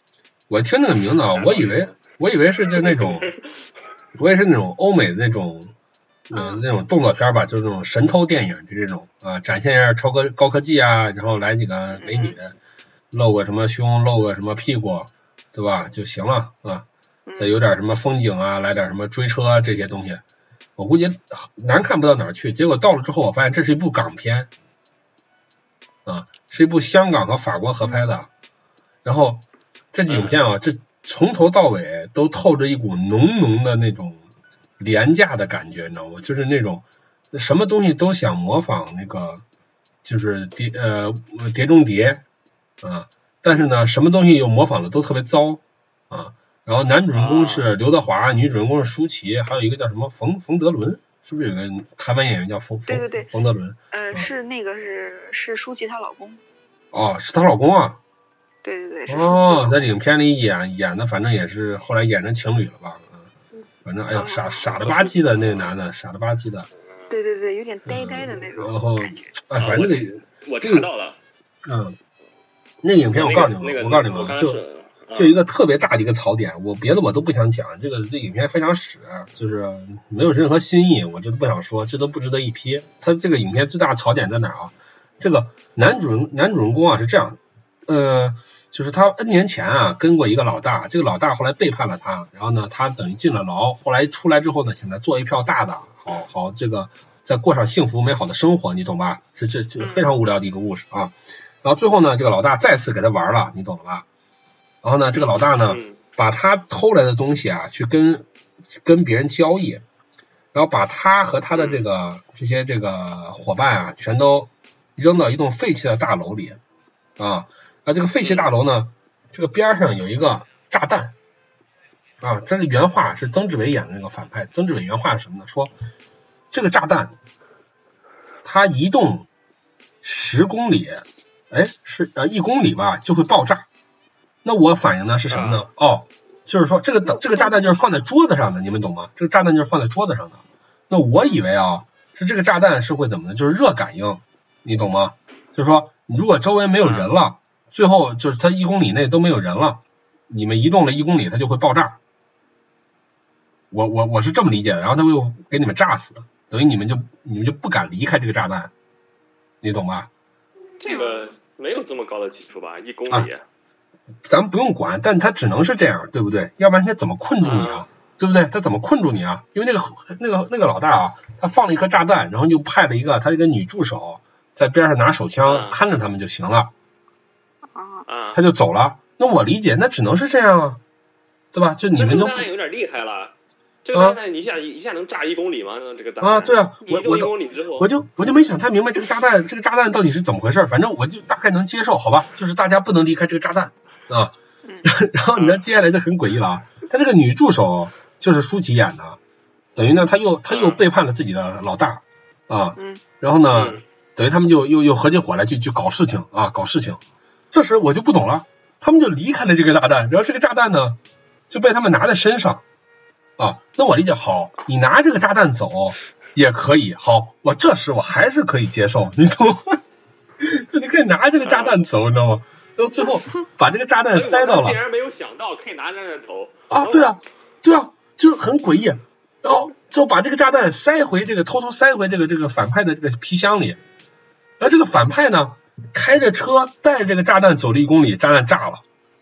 我听那个名字啊，我以为我以为是就那种，我也是那种欧美的那种，呃，那种动作片吧，就是那种神偷电影，就这种啊，展现一下超科高科技啊，然后来几个美女，露个什么胸，露个什么屁股，对吧？就行了啊。再有点什么风景啊，来点什么追车啊这些东西，我估计难看不到哪儿去。结果到了之后，我发现这是一部港片，啊，是一部香港和法国合拍的。然后这影片啊，这从头到尾都透着一股浓浓的那种廉价的感觉，你知道吗？就是那种什么东西都想模仿那个，就是碟呃碟中谍啊，但是呢，什么东西又模仿的都特别糟啊。然后男主人公是刘德华，女主人公是舒淇，还有一个叫什么冯冯德伦，是不是有个台湾演员叫冯对对对冯德伦？ 呃，嗯、是那个是是舒淇她老公。 哦，是她老公啊。 对对对。 哦，在影片里演演的，反正也是后来演成情侣了吧？嗯，反正哎呦，傻傻了吧唧的那个男的，傻了吧唧的。 对对对，有点呆呆的那种、 嗯、然后哎，反正那个我看到了。 嗯，那个影片我告诉你们， 那个、 我告诉你们，就。就一个特别大的一个槽点，我别的我都不想讲，这个这影片非常屎，就是没有任何新意，我这都不想说，这都不值得一批。他这个影片最大的槽点在哪啊？这个男主人男主人公啊是这样，呃，就是他 N 年前啊跟过一个老大，这个老大后来背叛了他，然后呢他等于进了牢，后来出来之后呢，现在做一票大的，好好这个再过上幸福美好的生活，你懂吧？是这这非常无聊的一个故事啊。然后最后呢，这个老大再次给他玩了，你懂了吧？然后呢，这个老大呢，把他偷来的东西啊，去跟跟别人交易，然后把他和他的这个这些这个伙伴啊，全都扔到一栋废弃的大楼里啊。那这个废弃大楼呢，这个边上有一个炸弹啊。这个原话是曾志伟演的那个反派，曾志伟原话是什么呢？说这个炸弹它移动十公里，哎，是呃一公里吧，就会爆炸。那我反应呢是什么呢？哦，就是说这个这个炸弹就是放在桌子上的，你们懂吗？这个炸弹就是放在桌子上的。那我以为啊，是这个炸弹是会怎么呢？就是热感应，你懂吗？就是说，如果周围没有人了，最后就是它一公里内都没有人了，你们移动了一公里，它就会爆炸。我我我是这么理解的，然后它会给你们炸死，等于你们就你们就不敢离开这个炸弹，你懂吧？ 这个没有这么高的基础吧？一公里。啊， 咱们不用管，但他只能是这样，对不对？要不然他怎么困住你啊？对不对？他怎么困住你啊？因为那个那个那个老大啊，他放了一颗炸弹，然后就派了一个他一个女助手在边上拿手枪看着他们就行了，他就走了。那我理解，那只能是这样啊，对吧？就你们就炸弹有点厉害了，这个炸弹一下一下能炸一公里吗？这个炸弹啊，对啊，我我就我就我就没想太明白这个炸弹这个炸弹到底是怎么回事，反正我就大概能接受，好吧？就是大家不能离开这个炸弹。啊，然后你知道接下来就很诡异了啊！他这个女助手就是舒淇演的，等于呢，他又他又背叛了自己的老大啊，然后呢，等于他们就又又合起伙来去去搞事情啊，搞事情。这时我就不懂了，他们就离开了这个炸弹，然后这个炸弹呢就被他们拿在身上啊。那我理解好，你拿这个炸弹走也可以，好，我这时我还是可以接受，你懂吗？就你可以拿这个炸弹走，你知道吗？然后最后把这个炸弹塞到了， 竟然没有想到可以拿炸弹投啊！对啊，对啊，就是很诡异。然后就把这个炸弹塞回这个偷偷塞回这个这个反派的这个皮箱里。而这个反派呢，开着车带着这个炸弹走了一公里，炸弹炸了。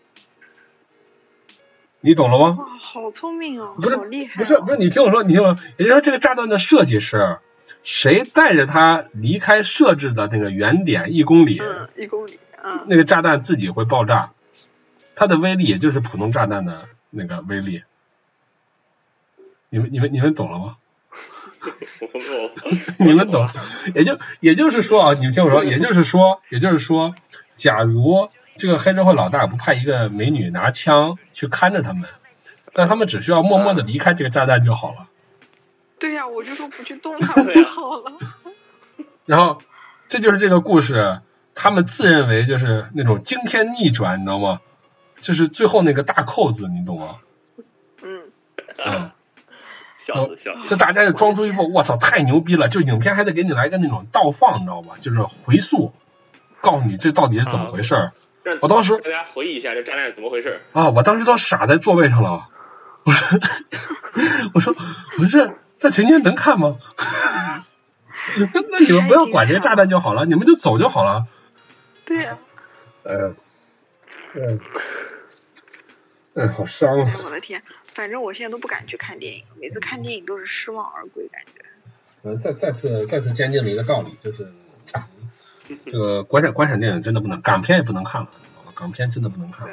你懂了吗？ 哇，好聪明哦， 不是好厉害、哦！ 不是不是，你听我说，你听我说，也就是说这个炸弹的设计是谁带着他离开设置的那个原点一公里？ 嗯，一公里。 那个炸弹自己会爆炸，它的威力也就是普通炸弹的那个威力。你们你们你们懂了吗？你们懂？也就也就是说啊，你们听我说，也就是说，也就是说，假如这个黑社会老大不派一个美女拿枪去看着他们，那他们只需要默默的离开这个炸弹就好了。 对呀、啊，我就说不去动它就好了。 然后这就是这个故事。他们自认为就是那种惊天逆转，你知道吗？就是最后那个大扣子，你懂吗？ 嗯嗯， 笑死笑死！ 就大家就装出一副我操太牛逼了，就影片还得给你来个那种倒放，你知道吧？就是回溯，告诉你这到底是怎么回事。 让我当时大家回忆一下这炸弹怎么回事啊！我当时都傻在座位上了，我说我说我说这这情节能看吗？那那你们不要管这炸弹就好了，你们就走就好了。 对呀、 啊。嗯嗯嗯，好伤啊！ 哎，我的天，反正我现在都不敢去看电影，每次看电影都是失望而归，感觉。 嗯，再再次再次坚定了一个道理，就是这个国产国产电影真的不能，港片也不能看了，港片真的不能看了。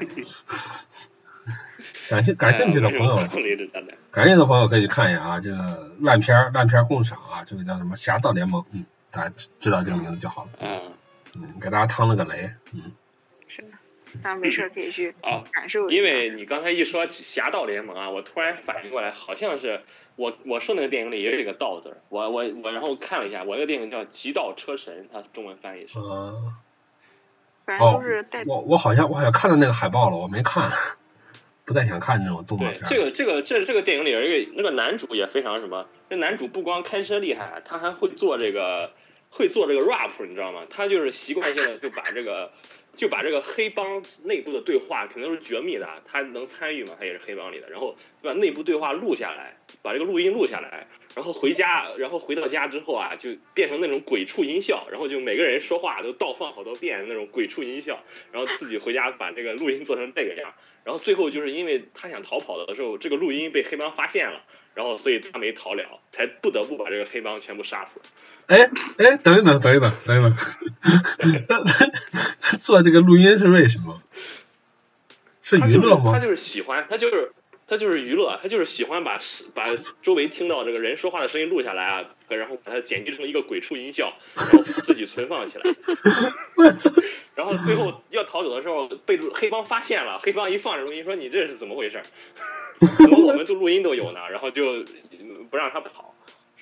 感兴感兴趣的朋友，感兴趣的朋友可以看一眼啊，这个烂片烂片共赏啊，这个叫什么《侠盗联盟》，嗯，大家知道这个名字就好了。 嗯， 嗯，给大家趟了个雷，嗯。 是的，大家没事可以去感受一下。 因为你刚才一说《侠盗联盟》啊，我突然反应过来，好像是我我说那个电影里也有这个“盗”字，我我我然后看了一下，我那个电影叫《极道车神》，它中文翻译是。 啊。 反正都是带。 我我好像我好像看到那个海报了，我没看。不太想看这种动作片。 对，这个这个这这个电影里有一个那个男主也非常什么，这男主不光开车厉害，他还会做这个会做这个 rap， 你知道吗？他就是习惯性的就把这个就把这个黑帮内部的对话肯定是绝密的，他能参与嘛，他也是黑帮里的，然后把内部对话录下来，把这个录音录下来，然后回家，然后回到家之后啊，就变成那种鬼畜音效，然后就每个人说话都倒放好多遍那种鬼畜音效，然后自己回家把这个录音做成这个样。然后最后就是因为他想逃跑的时候，这个录音被黑帮发现了，然后所以他没逃了，才不得不把这个黑帮全部杀死。 哎哎，等一等，等一等，等一等，做这个录音是为什么？是娱乐吗？ 他就是喜欢，他就是他就是娱乐，他就是喜欢把把周围听到这个人说话的声音录下来啊，然后把它剪辑成一个鬼畜音效，然后自己存放起来。然后最后要逃走的时候被黑帮发现了，黑帮一放这录音说你这是怎么回事？怎么我们都录音都有呢？然后就不让他跑。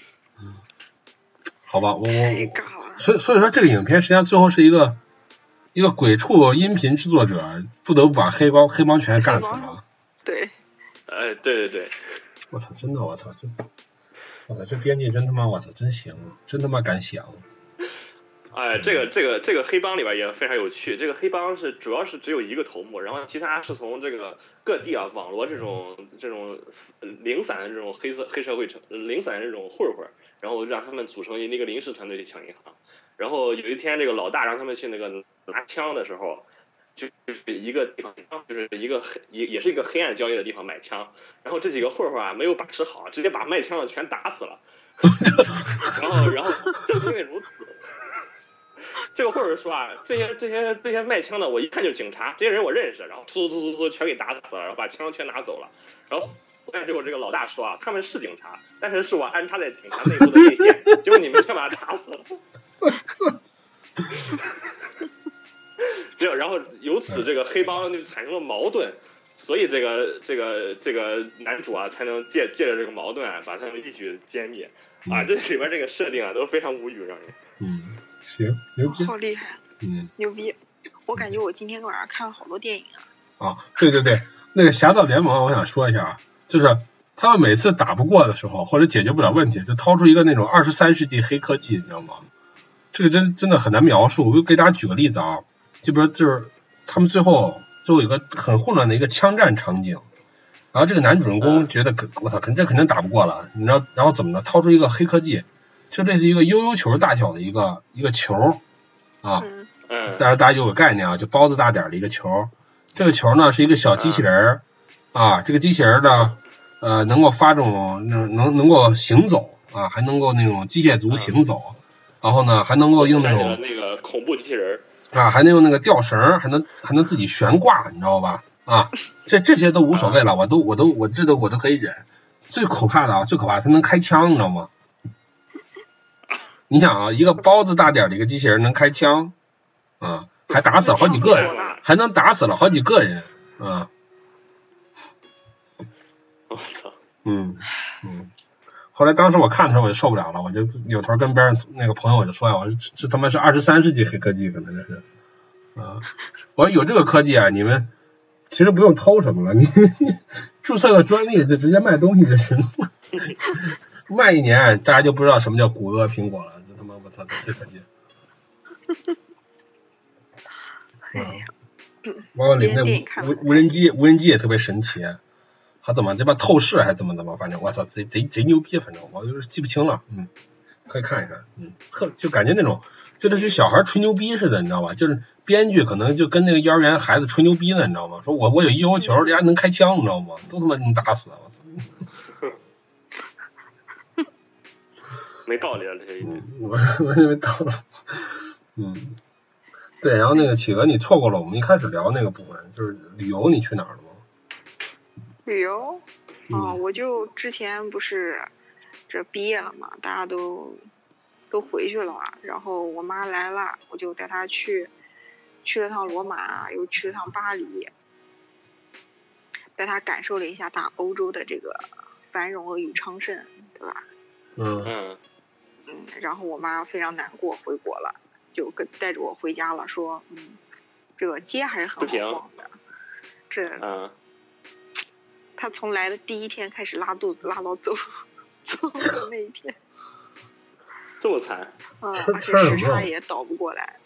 好吧，我我所以所以说这个影片实际上最后是一个一个鬼畜音频制作者不得不把黑帮黑帮全干死了。 对， 呃，对对对。 我操，真的我操，真我操，这编剧真他妈我操真行，真他妈敢想。 哎，这个这个这个黑帮里边也非常有趣。这个黑帮是主要是只有一个头目，然后其他是从这个各地啊网罗这种这种零散的这种黑色黑社会成零散的这种混混，然后让他们组成一个临时团队去抢银行。然后有一天，这个老大让他们去那个拿枪的时候，就是一个地方，就是一个黑也也是一个黑暗交易的地方买枪。然后这几个混混啊没有把持好，直接把卖枪的全打死了。然后然后正因为如此。这个混混说啊，这些这些这些卖枪的，我一看就是警察，这些人我认识，然后突突突突突全给打死了，然后把枪全拿走了。然后回来之后，这个老大说啊，他们是警察，但是是我安插在警察内部的内线，结果你们却把他打死了。没有，然后由此这个黑帮就产生了矛盾，所以这个这个这个男主啊才能借借着这个矛盾啊，把他们一举歼灭啊。这里边这个设定啊都非常无语，让人。 嗯。行，牛逼， 好厉害， 嗯， 牛逼！我感觉我今天晚上看了好多电影啊。啊，对对对，那个《侠盗联盟》，我想说一下啊，就是他们每次打不过的时候，或者解决不了问题，就掏出一个那种二十三世纪黑科技，你知道吗？这个真真的很难描述。我就给大家举个例子啊，就比如就是他们最后最后有个很混乱的一个枪战场景，然后这个男主人公觉得我操，肯这肯定打不过了，你知道，然后怎么呢？掏出一个黑科技。就类似一个悠悠球大小的一个一个球啊， 嗯， 大家大家有个概念啊，就包子大点的一个球。这个球呢是一个小机器人儿、嗯、啊，这个机器人呢，呃，能够发这种能能能够行走啊，还能够那种机械族行走，嗯、然后呢还能够用那种那个恐怖机器人啊，还能用那个吊绳，还能还能自己悬挂，你知道吧？啊，这这些都无所谓了，我都我都我这都我都可以忍。最可怕的啊，最可怕，它能开枪，你知道吗？你想啊，一个包子大点的一个机器人能开枪，啊，还打死了好几个人，还能打死了好几个人，啊， 我操， 嗯嗯。后来当时我看的时候我就受不了了，我就扭头跟边上那个朋友我就说呀，我说这他妈是二十三世纪黑科技，可能这是，啊，我说有这个科技啊，你们其实不用偷什么了，你注册个专利就直接卖东西就行了。卖一年，大家就不知道什么叫谷歌苹果了，这他妈我操，这黑科技。嗯， 包括里面的无无人机，无人机也特别神奇，还怎么这边透视还怎么怎么，反正我操，贼贼贼牛逼，反正我就是记不清了，嗯，可以看一看，嗯，特就感觉那种就那些小孩吹牛逼似的，你知道吧？就是编剧可能就跟那个幼儿园孩子吹牛逼呢，你知道吗？说我我有一油球，人家能开枪，你知道吗？都他妈能打死，我操！ 没道理了，这一句。我我认为道理。嗯，对，然后那个企鹅，你错过了我们一开始聊那个部分，就是旅游，你去哪儿了吗？ 旅游， 嗯、 哦，我就之前不是这毕业了嘛，大家都都回去了嘛，然后我妈来了，我就带她去去了趟罗马，又去了趟巴黎，带她感受了一下大欧洲的这个繁荣与昌盛，对吧？ 嗯嗯嗯，然后我妈非常难过，回国了，就跟带着我回家了，说，嗯，这个街还是很好逛的，这。 嗯他从来的第一天开始拉肚子，拉到走走的那一天， 这么惨。 嗯，而且时差也倒不过来，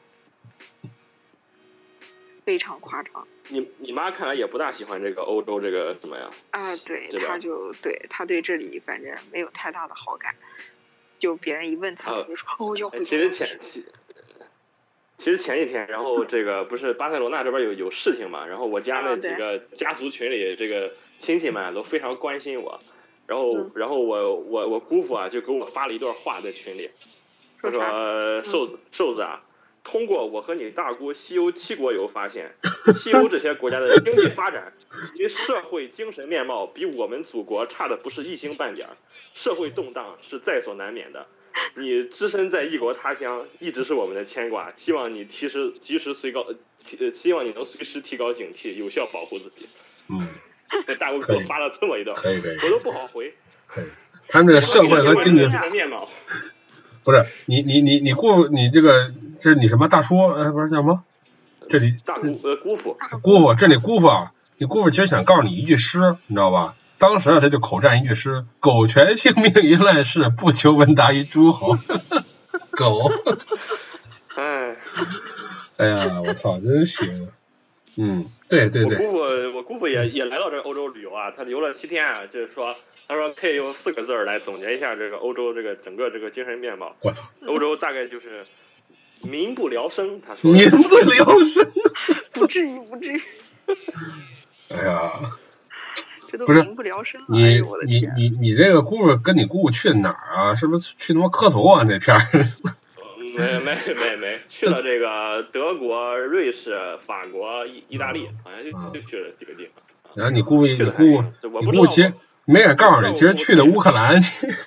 非常夸张。 你你妈看来也不大喜欢这个欧洲这个怎么样？ 啊，对，他就对他对这里反正没有太大的好感，就别人一问他，他就说哦要回国。 其实前期。其实前几天，然后这个不是巴塞罗那这边有有事情嘛，然后我家那几个家族群里这个亲戚们都非常关心我，然后、嗯、然后我我我姑父啊就给我发了一段话在群里，他说、呃、瘦子瘦子啊，通过我和你大姑西欧七国游发现，西欧这些国家的经济发展及社会精神面貌比我们祖国差的不是一星半点，社会动荡是在所难免的。你只身在异国他乡，一直是我们的牵挂。希望你提时及时随高，呃，希望你能随时提高警惕，有效保护自己。 嗯， 那大姑给我发了这么一段， 可以可以， 我都不好回。 可以，他们这个社会和经济的面貌， 不是你你你你姑你这个这是你什么大叔？呃，不是叫什么？这里大姑呃姑父姑父，这里姑父啊，你姑父其实想告诉你一句诗，你知道吧？当时啊，他就口占一句诗：“苟全性命于乱世，不求闻达于诸侯。”狗， 哎， 哎呀，我操，真行！嗯，对对对。 我姑父，我姑父也也来到这欧洲旅游啊，他游了七天啊，就是说，他说可以用四个字来总结一下这个欧洲这个整个这个精神面貌。 我操， 欧洲大概就是民不聊生，他说。 民不聊生， 不至于，不至于。 哎呀。 不是民不聊生， 你、 哎、我的你你你这个姑父跟你姑姑去哪儿啊？是不是去他妈科索沃那片儿？ 没没没没，去了这个德国、瑞士、法国、意意大利，好像就就去了几个地方。 然后你姑父，你姑父， 你姑父其实没敢告诉你，其实去的乌克兰。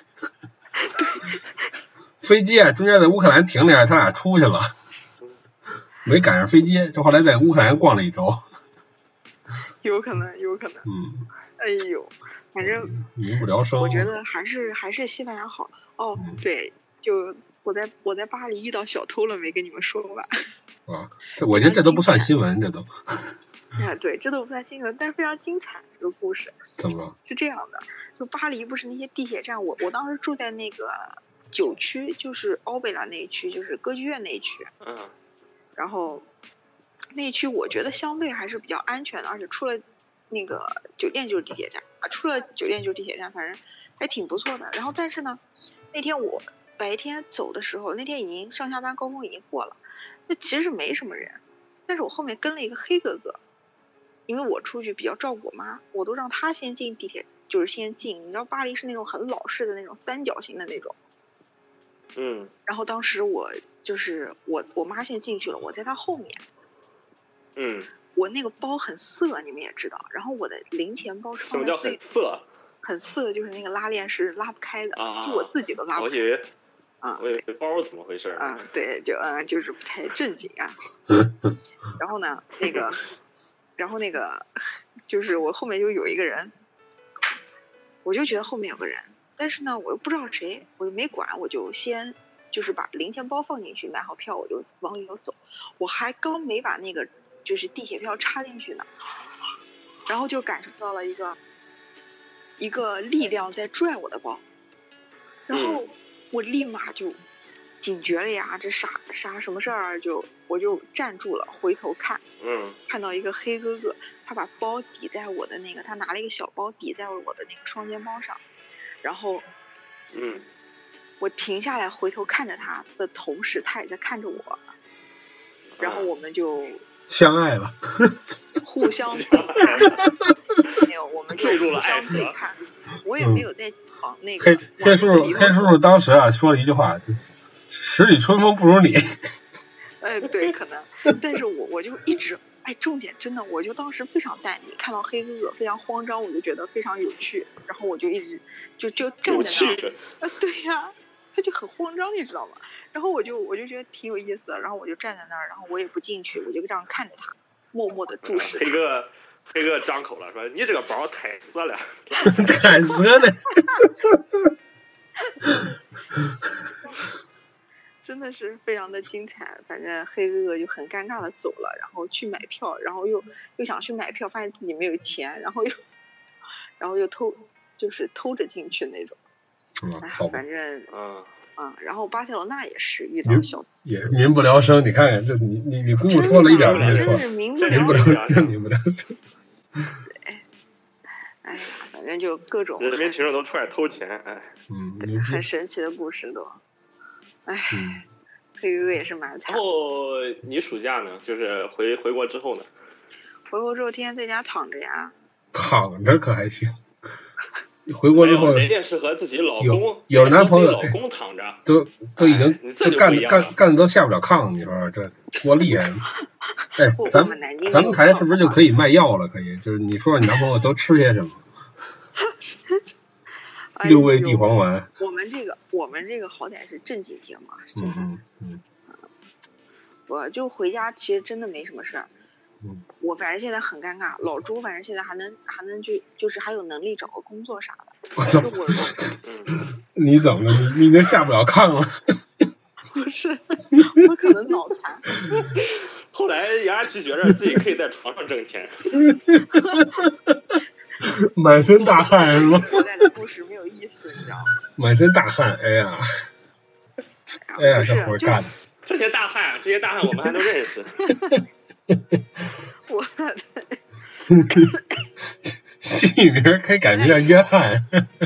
飞机啊，中间在乌克兰停了，他俩出去了，没赶上飞机，就后来在乌克兰逛了一周。 有可能，有可能。 嗯。 哎呦，反正民不聊生。 我觉得还是还是西班牙好。哦， 嗯、 对，就我在我在巴黎遇到小偷了，没跟你们说吧？ 啊，这我觉得这都不算新闻，这都。 哎，对，这都不算新闻，但是非常精彩这个故事。 怎么了？ 是这样的，就巴黎不是那些地铁站，我我当时住在那个九区，就是奥贝拉那一区，就是歌剧院那一区。 嗯。 然后那一区我觉得相对还是比较安全的，而且出了。那个酒店就是地铁站啊，出了酒店就是地铁站，反正还挺不错的。然后但是呢，那天我白天走的时候，那天已经上下班高峰已经过了，就其实没什么人。但是我后面跟了一个黑哥哥，因为我出去比较照顾我妈，我都让他先进地铁，就是先进。你知道巴黎是那种很老式的那种三角形的那种。 嗯。 然后当时我就是我我妈先进去了，我在她后面。 嗯。 我那个包很色，你们也知道。然后我的零钱包什么叫很色？ 很色就是那个拉链是拉不开的， 啊、 就我自己都拉不开。 我以为， 啊， 我以为包怎么回事？ 啊，对，就嗯，就是不太正经啊。然后呢，那个，然后那个，就是我后面就有一个人，我就觉得后面有个人，但是呢，我又不知道谁，我就没管，我就先就是把零钱包放进去，买好票，我就往里头走。我还刚没把那个。就是地铁票插进去呢，然后就感受到了一个一个力量在拽我的包，然后我立马就警觉了呀，这啥啥什么事儿？就我就站住了，回头看， 嗯， 看到一个黑哥哥，他把包抵在我的那个，他拿了一个小包抵在我的那个双肩包上，然后， 嗯， 我停下来回头看着他的同时，他也在看着我，然后我们就相爱了， 互相没有，我们就互相对看，我也没有在往那个黑黑叔叔黑叔叔当时啊说了一句话，就十里春风不如你。 哎，对，可能，但是我我就一直，哎，重点真的，我就当时非常淡定，看到黑哥哥非常慌张，我就觉得非常有趣，然后我就一直就就站在那儿，啊，对呀，他就很慌张，你知道吗？然后我就我就觉得挺有意思的，然后我就站在那儿，然后我也不进去，我就这样看着他，默默的注视。 黑哥黑哥张口了，说你这个包太色了， 太色了。 真的是非常的精彩，反正黑哥哥就很尴尬的走了，然后去买票，然后又又想去买票，发现自己没有钱，然后又然后又偷就是偷着进去那种。 嗯，好吧。 反正嗯嗯，然后巴塞罗那也是遇到小也民不聊生，你看看这你你你姑姑说了一点没错， 真是民不聊生， 真民不聊生。 对，哎呀，反正就各种人民群众都出来偷钱，哎， 嗯， 很神奇的故事都。哎， 嗯、 黑哥哥也是蛮惨。 然后你暑假呢？就是回回国之后呢？ 回国之后天天在家躺着呀。 躺着可还行。回国之后， 人家是和自己老公有了男朋友， 老公躺着， 都都已经就干干干的都下不了炕，你说这多厉害！哎，咱们咱们台是不是就可以卖药了？可以，就是你说你男朋友都吃些什么？六味地黄丸。 我们这个我们这个好歹是正经节目， 嗯嗯嗯。 我就回家，其实真的没什么事儿。 嗯。 我反正现在很尴尬，老朱反正现在还能还能就就是还有能力找个工作啥的。 我操！ 我嗯、你怎么了？你你都下不了炕了？ 不是，我可能脑残。 后来杨佳琪觉得自己可以在床上挣钱。 满身大汗是吗？ 古代的故事没有意思，你知道吗？ 满身大汗，哎呀，哎呀，这活干的。 这些大汉，这些大汉我们还能认识。 我的戏名可以改名叫约翰。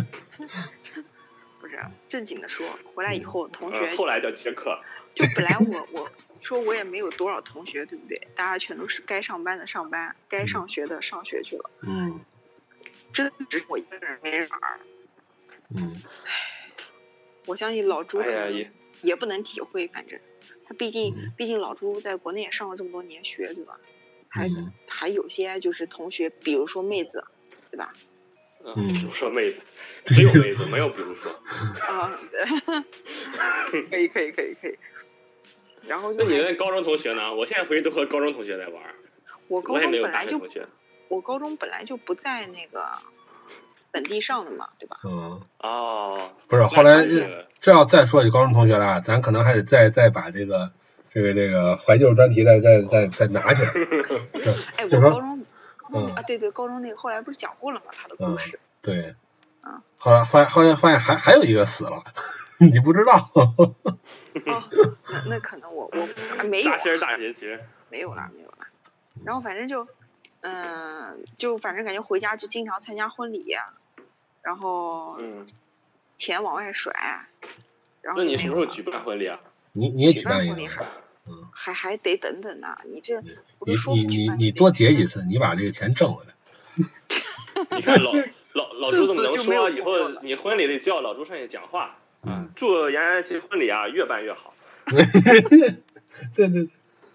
不是正经的说，回来以后同学、 嗯、后来叫杰克。 就本来我我说我也没有多少同学，对不对？大家全都是该上班的上班，该上学的上学去了。 嗯。 真的只我一个人没人玩。 嗯。 我相信老朱可能也也不能体会，反正他毕竟、 嗯、 毕竟老朱在国内也上了这么多年学，对吧？还、 嗯、 还有些就是同学，比如说妹子，对吧？ 嗯，比如说妹子，只有妹子，没有比如说。 啊，可以可以可以可以。然后那你的高中同学呢？我现在回去都和高中同学在玩。 我高中本来就同学我高中本来就不在那个本地上的嘛，对吧？ 嗯。 哦。 不是，后来这要再说起高中同学了，咱可能还得再再把这个这个这个怀旧专题再再再再拿起来。 哎，我高中。 嗯啊，对对，高中那个后来不是讲过了吗？他的故事。 嗯、对。 嗯。 后来发后来发现还还有一个死了，你不知道。 哦，那那可能我我、啊、没有、啊。 大仙大结局。 没有了，没有了。然后反正就，嗯、呃，就反正感觉回家就经常参加婚礼，然后， 嗯， 钱往外甩。然后那你什么时候举办婚礼啊？ 你你也举办婚礼还，嗯，还还得等等呢。你这你你你你多结几次，你把这个钱挣回来。 你看老老老朱这么能说，以后你婚礼得叫老朱上去讲话。 嗯， 祝杨佳琪婚礼啊越办越好。 对对。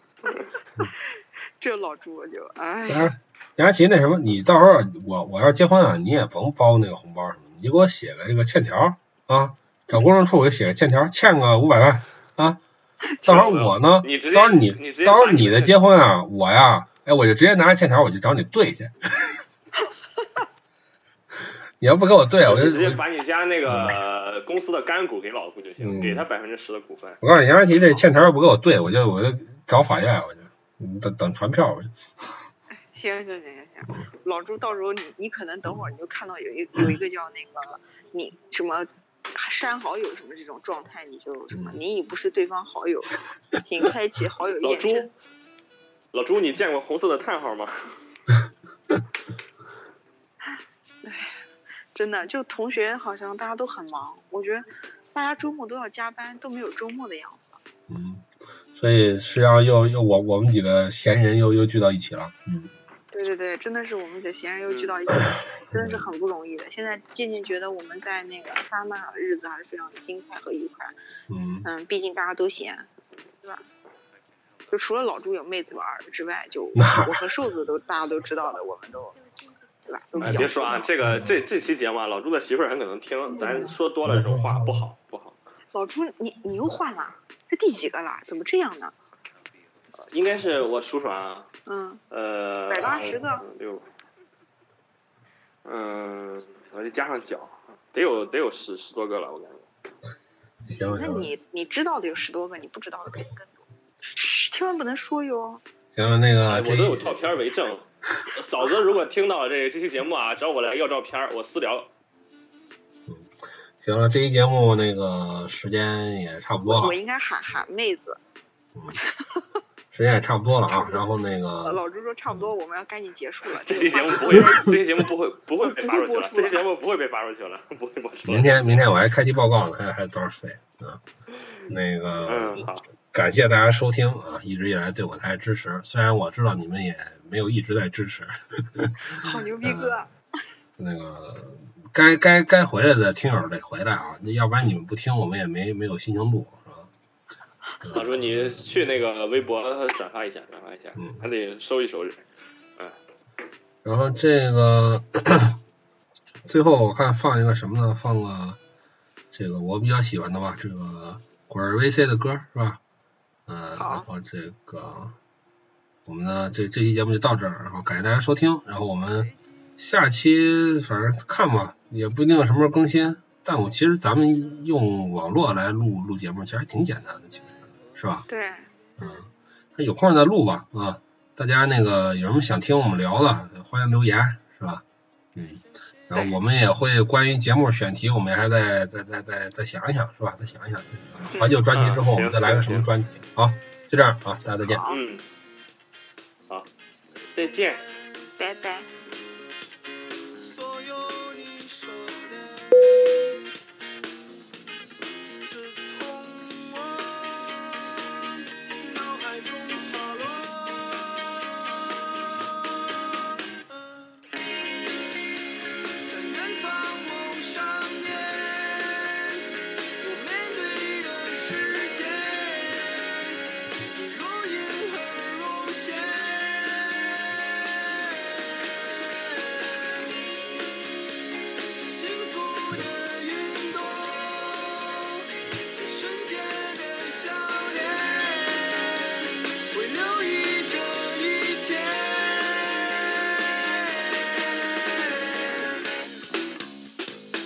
这老朱就哎。 杨佳琪那什么，你到时候我我要结婚啊，你也甭包那个红包什么，你给我写个这个欠条啊，找公证处给写个欠条，欠个五百万啊。到时候我呢，到时候你到时候你的结婚啊，我呀，哎，我就直接拿着欠条我就找你兑去。你要不给我兑，我就直接把你家那个公司的干股给老朱就行，嗯、给他百分之十的股份。 我告诉你，杨佳琪这欠条要不给我兑，我就我就找法院，我就等等传票我就。 行行行行行，老朱，到时候你你可能等会儿你就看到有一有一个叫那个你什么删好友什么这种状态，你就什么，您已不是对方好友，请开启好友验证。 老朱，老朱，你见过红色的叹号吗？ 哎，真的，就同学好像大家都很忙，我觉得大家周末都要加班，都没有周末的样子。 嗯，所以实际上又又我我们几个闲人又又聚到一起了。嗯。 对对对，真的是我们这闲人又聚到一起，真的是很不容易的。现在渐渐觉得我们在那个撒马尔的日子还是非常的精彩和愉快。 嗯嗯，毕竟大家都闲，对吧？就除了老朱有妹子玩之外，就我和瘦子都大家都知道的，我们都对吧？都比较。 别说啊，这个这这期节目啊，老朱的媳妇儿很可能听，咱说多了这种话不好不好。 老朱，你你又换了，这第几个了？怎么这样呢？ 应该是我数数啊。 嗯。 呃。 百八十个。 六。嗯，我就加上脚，得有得有十十多个了，我感觉。行。 那你你知道的有十多个，你不知道的肯定更多，千万不能说哟。 行了，那个、 哎、我都有照片为证。嫂子如果听到这个这期节目啊，找我来要照片，我私聊。 嗯，行了，这期节目那个时间也差不多了。 我应该喊喊妹子。 嗯。时间也差不多了啊，然后那个老朱说差不多，我们要赶紧结束了。 这期节目不会，这期节目不会不会被发出去了，这期节目不会被发出去了，不会播出。 明天明天我还开期报告呢，还还多少岁啊？那个， 嗯，好， 感谢大家收听啊，一直以来对我的支持，虽然我知道你们也没有一直在支持。 好牛逼哥！ 呃、那个该该该回来的听友得回来啊，要不然你们不听，我们也没没有心情录。 老朱，你去那个微博转发一下，转发一下， 嗯， 还得收一收人，嗯。 然后这个最后我看放一个什么呢？放个这个我比较喜欢的吧，这个滚儿 V C 的歌是吧？呃，然后这个我们的这这期节目就到这儿，然后感谢大家收听，然后我们下期反正看吧，也不一定什么时候更新，但我其实咱们用网络来录录节目，其实还挺简单的，其实。是吧？ 对， 嗯，有空再录吧啊！大家那个有什么想听我们聊的，欢迎留言，是吧？嗯，然后我们也会关于节目选题，我们还再再再再再想一想，是吧？再想一想，怀旧专题之后，我们再来个什么专题？好，就这样啊，大家再见。 嗯，好，再见， 拜拜。